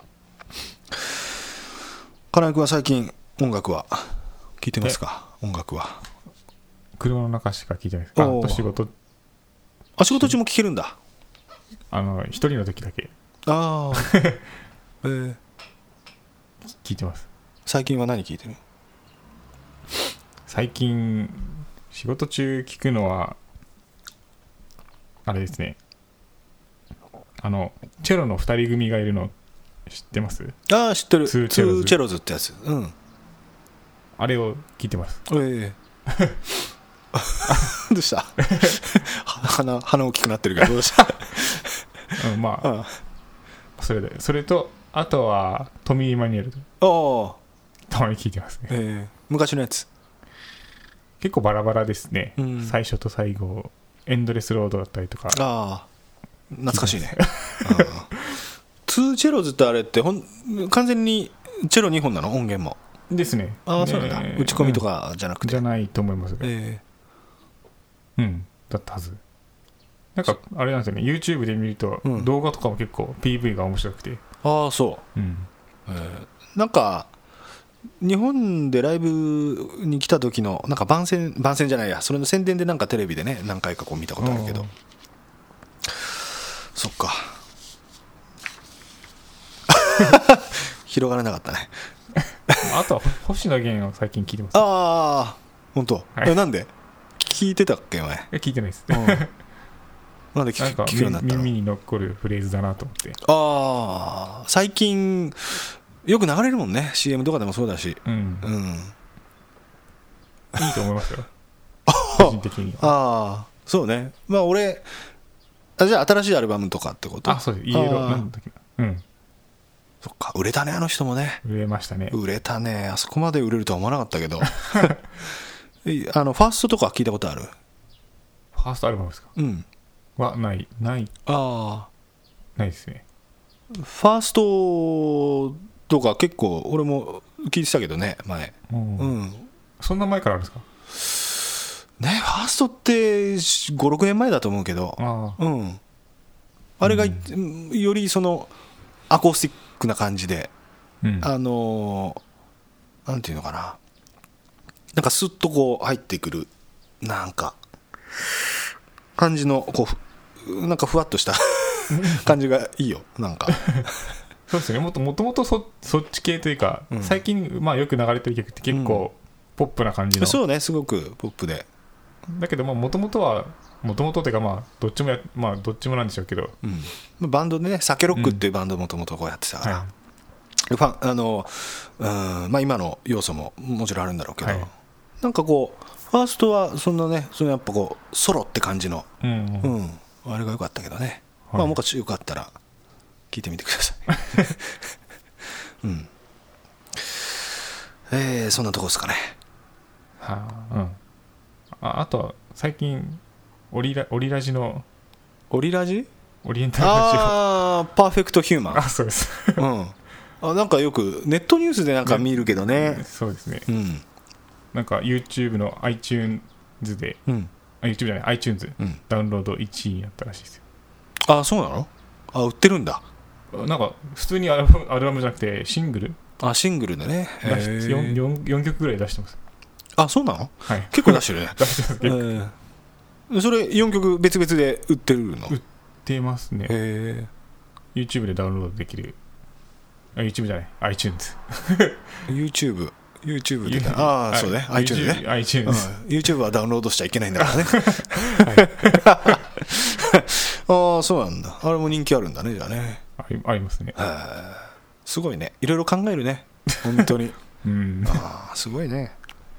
金井君は最近音楽は聴いてますか。音楽は車の中しか聴いてないです。あと仕事あ仕事中も聴けるんだ。 あの一人の時だけああえー、 聴いてます。 最近は何聴いてる。 最近仕事中聴くのはあれですね、あのチェロのふたり組がいるの知ってます。 ああ知ってる。 ツーチェロズ、 チェロズってやつ、うん、 あれを聞いてます。 ええどうした鼻, 鼻大きくなってるけどどうした、 うん、まあ、うん、それでそれとあとはトミー・マニュエルとたまに聞いてますね、 えー、昔のやつ結構バラバラですね、 うん、 最初と最後エンドレスロードだったりとか。 ああ懐かしいねツーチェロズってあれってほん完全にチェロにほんなの音源もですね。 ああそうなんだ、打ち込みとかじゃなくて、 うん、じゃないと思いますが、 えー、うんだったはず。なんかあれなんですよね、 YouTube で見ると、うん、動画とかも結構 ピーブイ が面白くて。 ああそう、うんえー、なんか日本でライブに来た時のなんか番宣番宣じゃないやそれの宣伝でなんかテレビでね何回かこう見たことあるけど、そっか広がらなかったねあとは星野源を最近聞いてます。 ああ本当、はい、えなんで聞いてたっけお前。 え聞いてないです、 うん、なんで聞く、聞くようになったの。 耳に残るフレーズだなと思って。 ああ最近よく流れるもんね シーエム とかでもそうだし、 うんうん、 いいと思いますよ個人的には。 ああそうね。まあ俺あじゃあ新しいアルバムとかってこと。 あそうです。イエローなんだっけな、うんそっか売れたねあの人もね。 売れましたね。 売れたね。あそこまで売れるとは思わなかったけどあのファーストとか聞いたことある。 ファーストアルバムですか。 うんはないないああないですね。 ファーストとか結構俺も聞いてたけどね前、うん、うん、 そんな前からあるんですかね。ファーストってごろくねんまえだと思うけど、 あ,、 うん、あれが、うん、よりそのアコースティックな感じで、うん、あのなんていうのかな、なんかスッとこう入ってくるなんか感じのこうなんかふわっとした感じがいいよなんかそうですね。もともともと そ, そっち系というか、うん、最近まあよく流れてる曲って結構ポップな感じの、 うん、そうねすごくポップでだけどもともとはもともとというかまあどっちもやまあどっちもなんでしょうけど、 うん、バンドでねサケロックっていうバンドもともとこうやってたから、うんはい、ファンあのうんまあ今の要素ももちろんあるんだろうけど、はい、なんかこうファーストはそんなねそのやっぱこうソロって感じの、うんうんうん、あれが良かったけどね、はい、まあもしよかったら聞いてみてくださいうんえー、そんなとこですかね。 はあ、うん、あ, あとは最近オリラオリラジのオリラジオリエンタルラジオああパーフェクトヒューマン。 あそうです、 うん、あなんかよくネットニュースでなんか見るけどね、ねそうですね、 うん、 なんか YouTube の iTunes で、うん、あ YouTube じゃない iTunes、うん、ダウンロードいちいになったらしいですよ。 あそうなの。あ売ってるんだ。 なんか普通にアルバム、アルバムじゃなくてシングルあシングルでね 4, 4, よんきょくぐらい出してます。 あそうなの、 はい、 結構出してるね出してます結構、えー、 それよんきょく別々で売ってるの？ 売ってますね。 へえ YouTube でダウンロードできる。あ YouTube じゃない iTunes YouTube YouTube でああそうね iTunes ね iTunes、 うん、YouTube はダウンロードしちゃいけないんだからね、はい、ああそうなんだ。あれも人気あるんだねじゃあね。 あり、ありますね。 すごいね、いろいろ考えるね本当にうんああすごいね。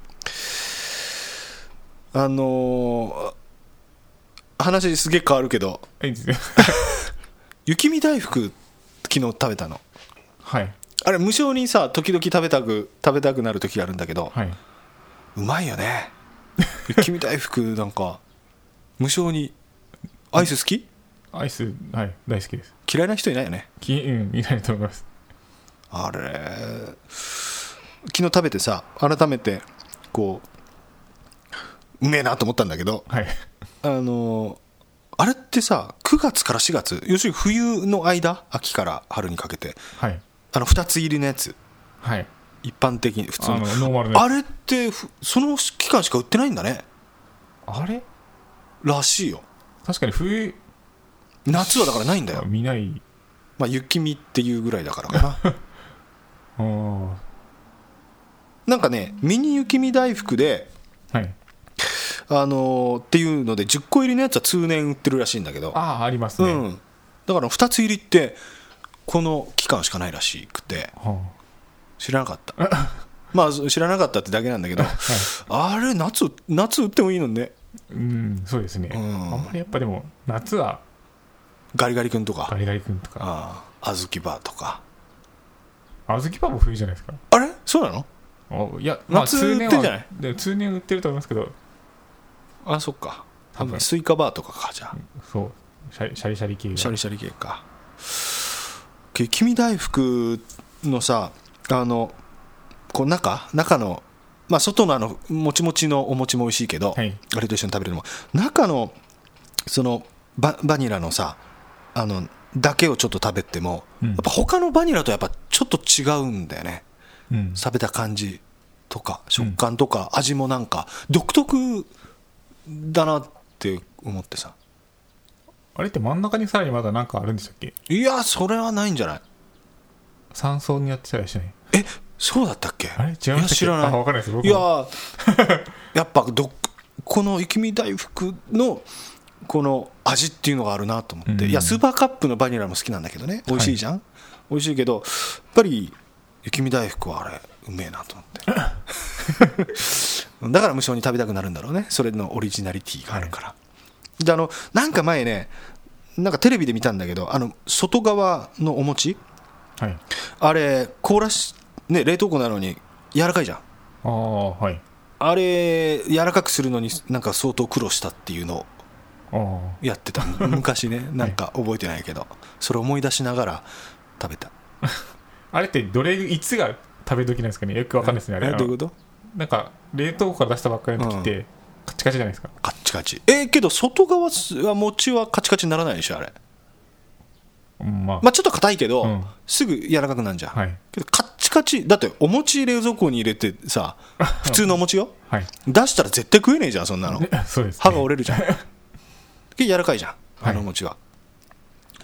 あのー、話すげえ変わるけどいいですよ雪見大福昨日食べたの。 はい。 あれ無性にさ時々食べたく食べたくなる時あるんだけど、 はい、 うまいよね雪見大福なんか無性に。アイス好き？ アイス、はい、大好きです。 嫌いな人いないよね。 き、うん、いないと思います。 あれ昨日食べてさ改めてこううめえなと思ったんだけど、 はい、 あのあれってさくがつからしがつ要するに冬の間秋から春にかけて、 はい、 あのふたつ入りのやつ、 はい、 一般的に普通のあのノーマルのあれってその期間しか売ってないんだね。 あれらしいよ。 確かに冬夏はだからないんだよ。 見ない、 まあ、雪見っていうぐらいだからかなあなんかねミニ雪見大福で、 はい、 あのー、っていうのでじゅっこ入りのやつは通年売ってるらしいんだけど、 ああありますね、 うん、だからふたつ入りってこの期間しかないらしくて、はあ、知らなかったまあ知らなかったってだけなんだけど、はい、あれ 夏, 夏売ってもいいのね。 うん、そうですね、うん、あんまりやっぱでも夏はガリガリ君とかガリガリ君とかああ小豆バーとか。 小豆バーも冬じゃないですか。 あれそうなの？ おいや、まあ、 夏売ってんじゃない？ で通年売ってると思いますけど。 あそっか多分スイカバーとかか。じゃあそうシャリシャリシャリ系シャリシャリ系か。雪見大福のさあのこう 中, 中のまあ外のあのもちもちのお餅も美味しいけど、はい、あれと一緒に食べるのも中のその バ, バニラのさあのだけをちょっと食べても、うん、やっぱ他のバニラとやっぱちょっと違うんだよね、うん、食べた感じとか食感とか味もなんか独特だなって思ってさ。 あれって真ん中にさらにまだ何かあるんでしたっけ？ いやそれはないんじゃない？ さん層にやってたりしない？ えそうだったっけ？ あれ違いましたっけ？いや知らない。 あ分かんないです僕。 いややっぱどこの雪見大福のこの味っていうのがあるなと思って、うん、いやスーパーカップのバニラも好きなんだけどね美味しいじゃん、はい、美味しいけどやっぱり雪見大福はあれうめえなと思ってだから無性に食べたくなるんだろうね。それのオリジナリティがあるから、はい、であのなんか前ねなんかテレビで見たんだけどあの外側のお餅、はい、あれ凍らし、ね、冷凍庫なのに柔らかいじゃん。 あ、はい、 あれ柔らかくするのになんか相当苦労したっていうのをやってた昔ねなんか覚えてないけど、はい、それ思い出しながら食べたあれってどれいつが食べ時なんですかね。よくわかんないですね。あれえどういうこと？ なんか冷凍庫から出したばっかりの時って、うん、カチカチじゃないですか。 カチカチ。えー、けど外側は餅はカチカチにならないでしょあれ。まあ、まあちょっと硬いけど、うん、すぐ柔らかくなるじゃん、はい、けどカッチカチだってお餅冷蔵庫に入れてさ普通のお餅よ、はい、出したら絶対食えねえじゃんそんなのそうです、ね、 歯が折れるじゃんで柔らかいじゃんあのお餅は、はい、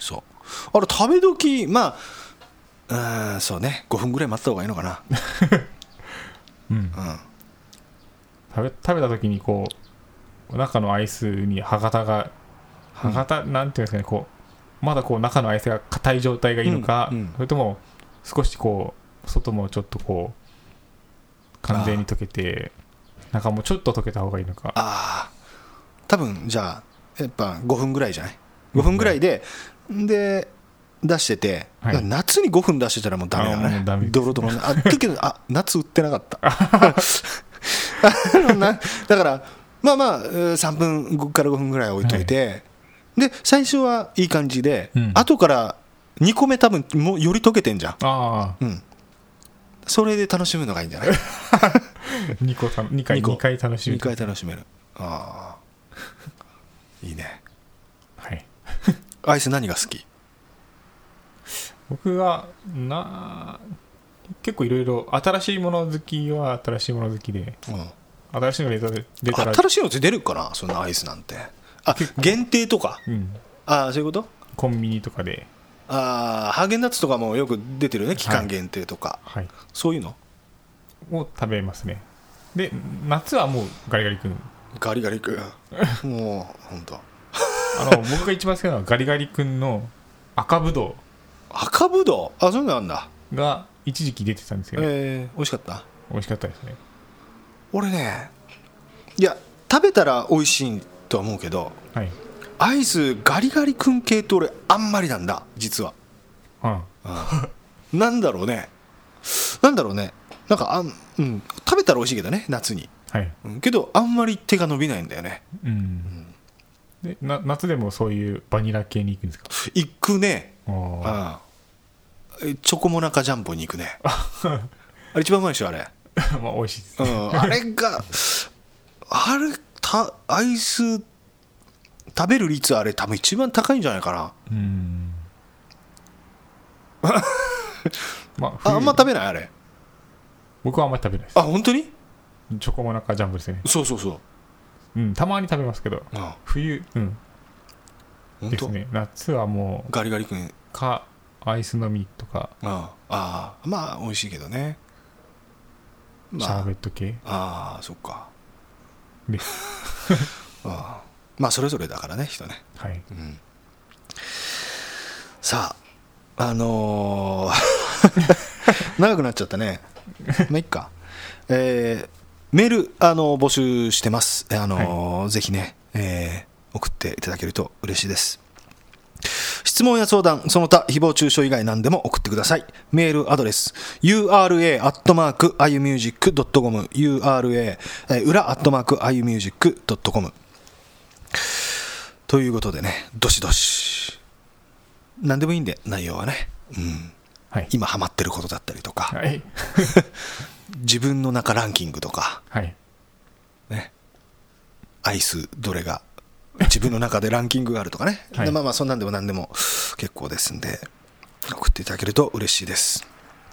そうあれ食べ時まあうんそうねごふんぐらい待った方がいいのかなうん、うん、食べ、食べた時にこう中のアイスに歯型が歯型、うん、なんていうんですかねこうまだこう中のアイスが硬い状態がいいのか、うんうん、それとも少しこう外もちょっとこう完全に溶けて中もちょっと溶けた方がいいのか。 ああ多分じゃあやっぱごふんぐらいじゃないごふんぐらいでで出してて、はい、夏にごふん出してたらもうダメだね。ダメドロドロあだけどあ夏売ってなかったなだからまあまあさんぷんからごふんぐらい置いといて、はいで最初はいい感じで、うん、後からにこめ多分もうより溶けてんじゃん。あ、うん、それで楽しむのがいいんじゃないにこたにかいにかい楽しめるにかい楽しめる。あいいね。 はいアイス何が好き？ 僕はな結構いろいろ新しいもの好きは新しいもの好きで、うん、 新しいの出たら新しいのって出るかな、そんなアイスなんて。あ、限定とか、うん、ああそういうこと。 コンビニとかで、 ああハーゲンダッツとかもよく出てるね、期間限定とか、 はいはい、 そういうのを食べますね。で夏はもうガリガリ君ガリガリ君もう本当あの僕が一番好きなのはガリガリ君の赤ぶどう。 赤ぶどう、あ、そういうのあるんだ。 が一時期出てたんですけど、 えー、美味しかった。 美味しかったですね。 俺ね、いや食べたら美味しいとは思うけど、はい、アイスガリガリ君系って俺あんまりなんだ実は、うんうん、なんだろうねなんだろうねなんかあん、うん、食べたら美味しいけどね夏に、はいうん、けどあんまり手が伸びないんだよね、うんうん、でな夏でもそういうバニラ系に行くんですか？ 行くね。ああチョコモナカジャンボに行くねあれ一番うまいでしょあれまあ美味しいです、 うん、あれがあれたアイス食べる率あれ多分一番高いんじゃないかな。うんまあ、あんま食べないあれ。 僕はあんまり食べないです。 あ本当に？ チョコモナカジャンボですね。 そうそうそう、 うん、たまに食べますけど、ああ冬、うんですね。夏はもうガリガリ君かアイス飲みとか、 あああまあ美味しいけどね、 まあ、シャーベット系。 ああそっかでああまあそれぞれだからね人ね。はい、うん、さああのー、長くなっちゃったねまあいっか、えー、メール、あのー、募集してます、あのーはい、ぜひね、えー、送っていただけると嬉しいです。質問や相談その他誹謗中傷以外何でも送ってください。メールアドレス ユーアールエー アットマーク アイミュージック ドットコム ユーアールエー 裏アットマーク アイミュージック ドットコム ということでね、どしどし何でもいいんで内容はね、うんはい、今ハマってることだったりとか、はい、自分の中ランキングとか、はいね、アイスどれが自分の中でランキングがあるとかね、はい、まあまあそんなんでも何でも結構ですんで送っていただけると嬉しいです。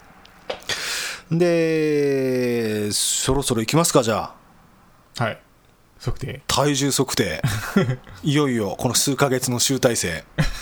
でそろそろ行きますか。じゃあはい測定体重測定いよいよこの数ヶ月の集大成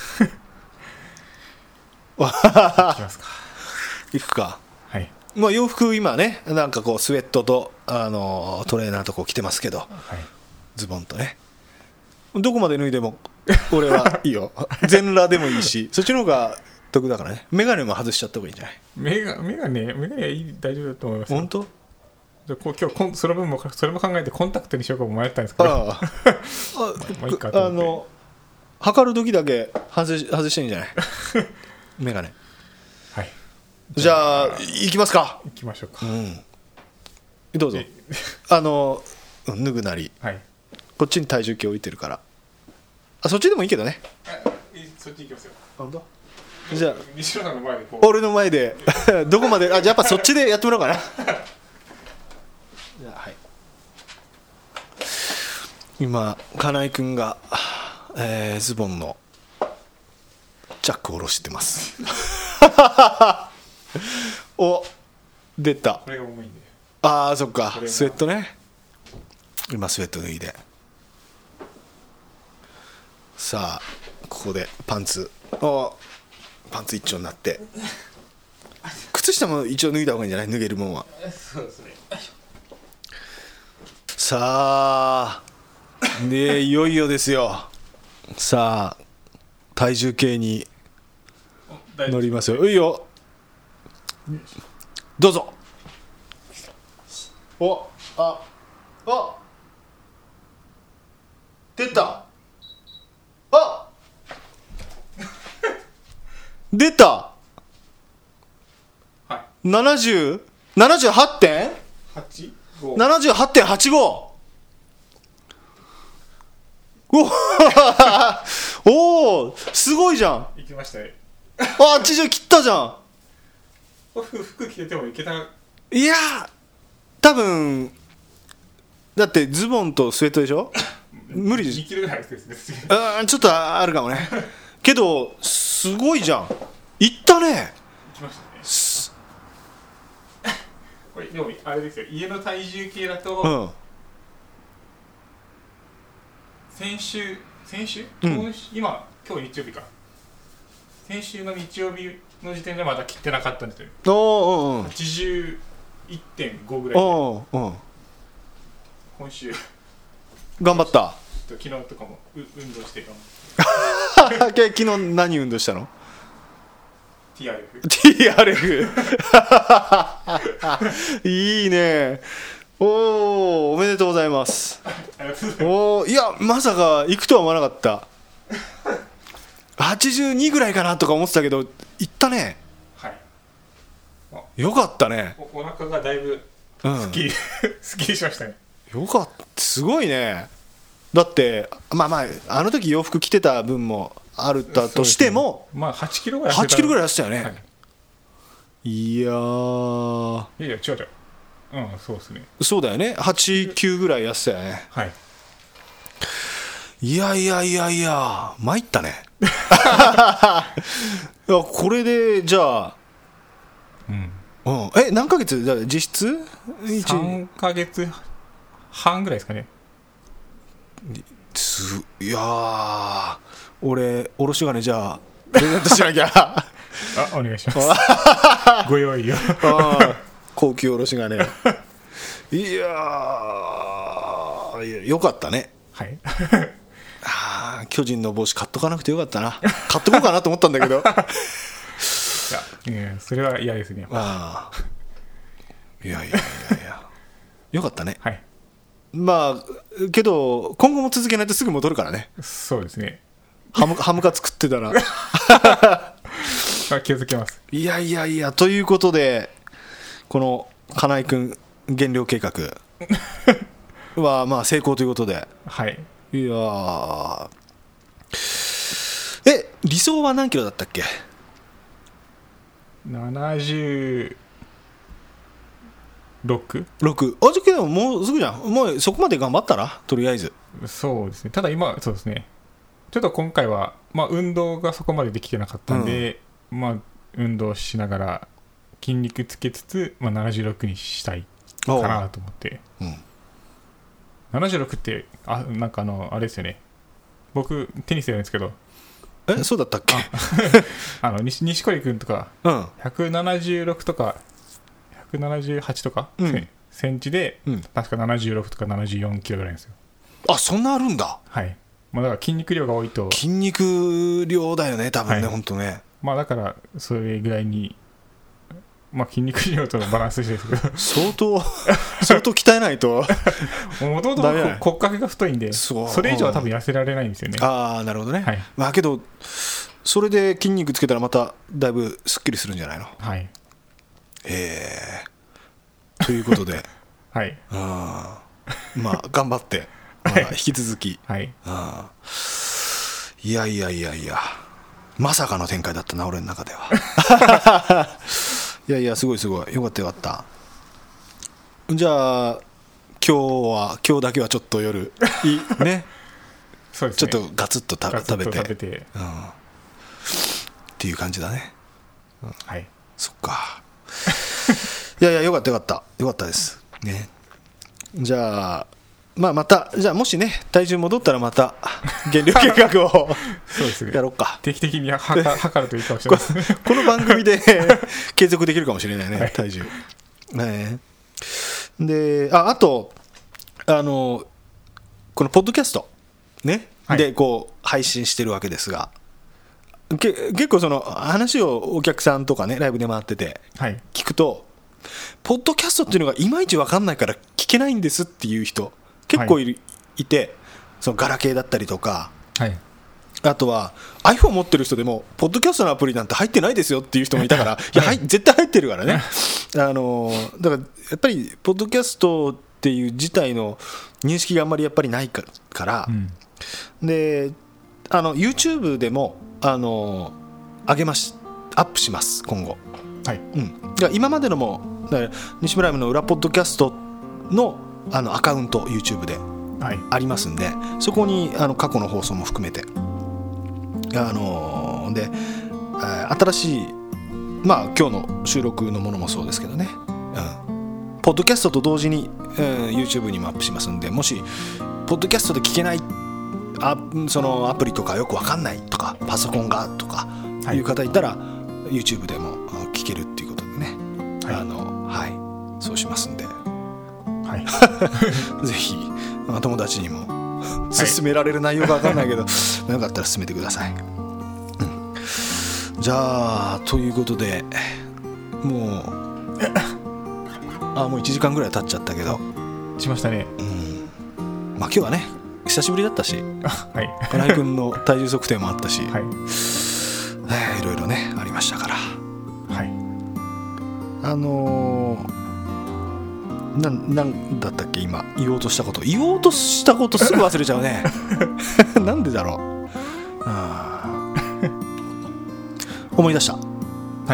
行きますか。行くか。はい。まあ洋服今ねなんかこうスウェットとあのトレーナーとこう着てますけど、はい、ズボンとねどこまで脱いでも俺はいいよ全裸でもいいしそっちの方が得だからね。メガネも外しちゃった方がいいんじゃない？メガメガネメガネはいい大丈夫だと思いますよ。 本当？ じゃこう今日その分もそれも考えてコンタクトにしようかも迷ったんですけど、ああまあいいかと思って、あの測る時だけ外し外していいんじゃないメガネ。はい。じゃあ行きますか。 行きましょうか。うん、 どうぞあの脱ぐなり、はい、こっちに体重計置いてるから。あそっちでもいいけどね。 そっち行きますよ。 本当？じゃあ西野さんの前でこう俺の前でどこまであじゃあやっぱそっちでやってもらおうかなじゃあはい。今金井君が、えー、ズボンのジャックを下ろしてますお出た。 これが重いんで。 ああそっかスウェットね。今スウェット脱いでさあここでパンツおパンツ一丁になって靴下も一応脱いだ方がいいんじゃない？脱げるもんは。そうですね。さあでいよいよですよ。さあ体重計に乗りますよ。いいよどうぞ。おああ出た。あ出た。はい。ななじゅう ななじゅうはちてん はちご ななじゅうはちてんはちご おおすごいじゃん。 いきましたね。 あっちじゃ切ったじゃん。 服服着ててもいけた。 いや多分だってズボンとスウェットでしょ無理でしょ。 にキロぐらいですね。 うんちょっとあるかもねけどすごいじゃん。いったね。 いきましたね。これでもあれですよ、家の体重計だと、 先週先週、 うん、 今週今今日日曜日か。先週の日曜日の時点でまだ切ってなかったんですよ。 おーおーおーはちじゅういってんご ぐらいで。 おーおー今週頑張った。 昨日とかもう運動して昨日何運動したの？ ティーアールエフティーアールエフ いいね。おーおめでとうございます。おーいやまさか行くとは思わなかった。はちじゅうにぐらいかなとか思ってたけど行ったね。 はい。 よかったね。 お, お腹がだいぶスッキリ、うん、スッキリしましたね。 よかった。すごいね。だってまあまああの時洋服着てた分もあるったとしても、 ね、まあはちキロぐらいはちキロぐらい痩せたよね、 はい、 いやーいやいや違う違ううんそうですねそうだよねはち、きゅうぐらい痩せたよね。 はい。 いやいやいやいや参ったねいやこれでじゃあ、うんうん、え何ヶ月じゃ実質さんかげつはんぐらいですかね。 すいやー俺おろし金じゃあプレゼントしなきゃあお願いしますご用意をあ高級おろし金いやーよかったね。 はいあ巨人の帽子買っとかなくてよかったな。買っとこうかなと思ったんだけどいやいやそれは嫌ですね。 あいやいやいやいやよかったね。 はい。 まあけど今後も続けないとすぐ戻るからね。 そうですね。 ハムハムカツ食ってたら気をつけます。 いやいやいやということでこの金井君減量計画はまあ成功ということで、 はい。 いやえ理想は何キロだったっけ？ ななじゅうろく？ ろく。あじゃけどもうすぐじゃん。もうそこまで頑張ったらとりあえず。 そうですね。ただ今そうですね。ちょっと今回はまあ運動がそこまでできてなかったんで、うん、まあ運動しながら筋肉つけつつ、まあ、ななじゅうろくにしたいかなと思って。うん、ななじゅうろくってあなんかあのあれですよね。僕テニスやるんですけど。 えそうだったっけ？ あの西西堀君とか、うん、ひゃくななじゅうろくとかひゃくななじゅうはちとか、うん、センチで、うん、確かななじゅうろくとかななじゅうよんキロぐらいなんですよ。 あそんなあるんだ。 はい。まあ、だから筋肉量が多いと筋肉量だよね多分ね、はい、本当ね。 まあだからそれぐらいにまあ筋肉量とのバランスですけど相当相当鍛えないともともと骨格が太いんで そ, それ以上は多分痩せられないんですよね。 ああなるほどね、はい、まあけどそれで筋肉つけたらまただいぶすっきりするんじゃないの。 はい。 えー、ということではいあまあ頑張って、まあ、引き続き、 はい、 あいやいやいやいやまさかの展開だったな俺の中ではいやいやすごいすごいよかったよかった。じゃあ今日は今日だけはちょっと夜いねそうですねちょっとガツッとた食べて、 食べて、 うん、っていう感じだね、 うん、はいそっかいやいやよかったよかったよかったですね。じゃあまあまたじゃあもしね体重戻ったらまた減量計画をそうですねやろうか。 定期的に測るといいかもしれないですこの番組で継続できるかもしれないね、はい、体重、ね、で あ, あとあのこのポッドキャスト、ねはい、でこう配信してるわけですがけ結構その話をお客さんとかねライブで回ってて聞くと、はい、ポッドキャストっていうのがいまいち分かんないから聞けないんですっていう人結構いる、はい、いてそのガラケーだったりとか、はい、あとは iPhone 持ってる人でもポッドキャストのアプリなんて入ってないですよっていう人もいたからいや、はい、絶対入ってるからねあのだからやっぱりポッドキャストっていう自体の認識があんまりやっぱりないから、うん、であの YouTube でもあの上げますアップします今後、はいうん、だから今までのもだから西村 M の裏ポッドキャストのあのアカウント YouTube でありますんで、はい、そこにあの過去の放送も含めてあので新しいまあ今日の収録のものもそうですけどね、うん、ポッドキャストと同時に、うん、YouTube にもアップしますんでもしポッドキャストで聞けないあそのアプリとかよく分かんないとかパソコンがとかいう方いたら、はい、YouTube でも聞けるっていうことでね、はいあのはい、そうしますんで、はい、ぜひ友達にも勧められる内容が分かんないけど、はい、よかったら勧めてください、うん、じゃあということでもうあもういちじかんぐらい経っちゃったけどしましたね、 うん、まあ今日はね久しぶりだったし、はい、金井君の体重測定もあったし、はいえー、いろいろねありましたから、はい、あのー、な, なんだったっけ今言おうとしたこと言おうとしたことすぐ忘れちゃうねなんでだろうあ思い出したはい、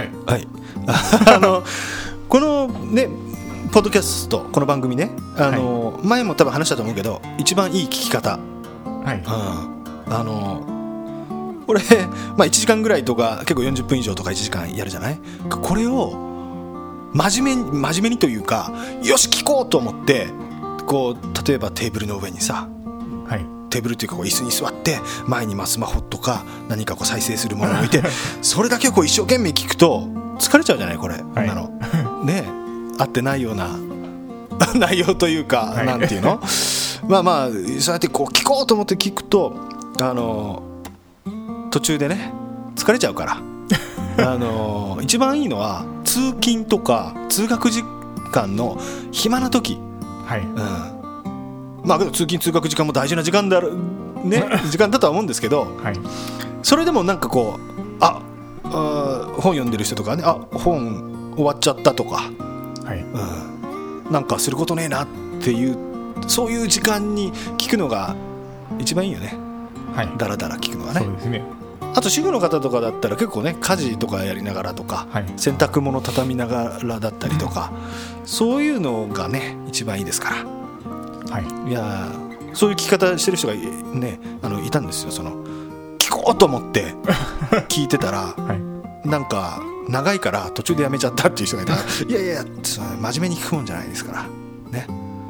はい、あのこのねポッドキャストこの番組ねあの、はい、前も多分話したと思うけど一番いい聞き方、はいうん、あのこれ、まあ、いちじかんぐらいとか結構よんじゅっぷん以上とかいちじかんやるじゃないこれを真面目に真面目にというかよし聞こうと思ってこう例えばテーブルの上にさ、はい、テーブルというかこう椅子に座って前にスマホとか何かこう再生するものを置いてそれだけをこう一生懸命聞くと疲れちゃうじゃないこれ、はい、なのね合ってないような内容というか、はい、なんていうのまあまあそうやってこう聞こうと思って聞くとあの途中でね疲れちゃうからあの一番いいのは通勤とか通学時間の暇な時、はいうん、まあけど通勤通学時間も大事な時間だろね時間だとは思うんですけど、はい、それでもなんかこうああ本読んでる人とかねあ本終わっちゃったとかはいうん、なんかすることねえなっていうそういう時間に聞くのが一番いいよね、はい、だらだら聞くのがね。そうですね。あと主婦の方とかだったら結構ね家事とかやりながらとか、はい、洗濯物畳みながらだったりとか、うん、そういうのがね一番いいですから、はい、いやそういう聞き方してる人が、ね、あのいたんですよ。その聞こうと思って聞いてたら、はい、なんか長いから途中でやめちゃったっていう人がいたらいやいや真面目に聞くもんじゃないですからね、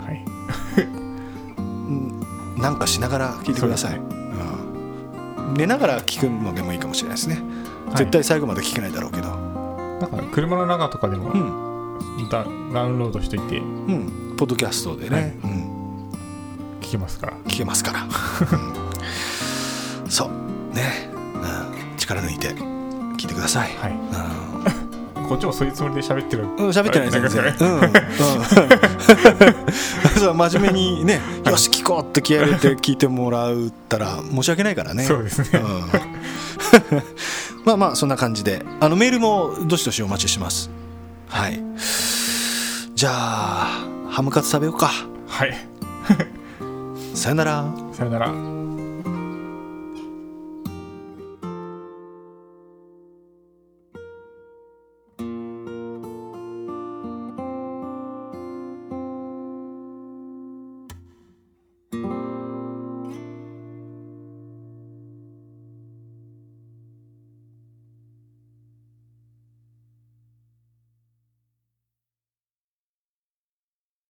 はい、なんかしながら聞いてください、ねうん、寝ながら聞くのでもいいかもしれないですね、はい、絶対最後まで聞けないだろうけどなんか車の中とかでも、うん、ダ, ダウンロードしといて、うん、 ポッドキャストでね、はいうん、 聞けますから聞けますから、うん、そうね、うん、力抜いて聞いてください、はいうん、こっちもそういうつもりで喋ってる、うん、 喋ってない全然、うんうん、そう真面目にねよし聞こうって気合い入れて聞いてもらったら申し訳ないからねそうですね、うん、 まあまあそんな感じであのメールもどしどしお待ちします。はいじゃあハムカツ食べようか。 はいさよならさよなら。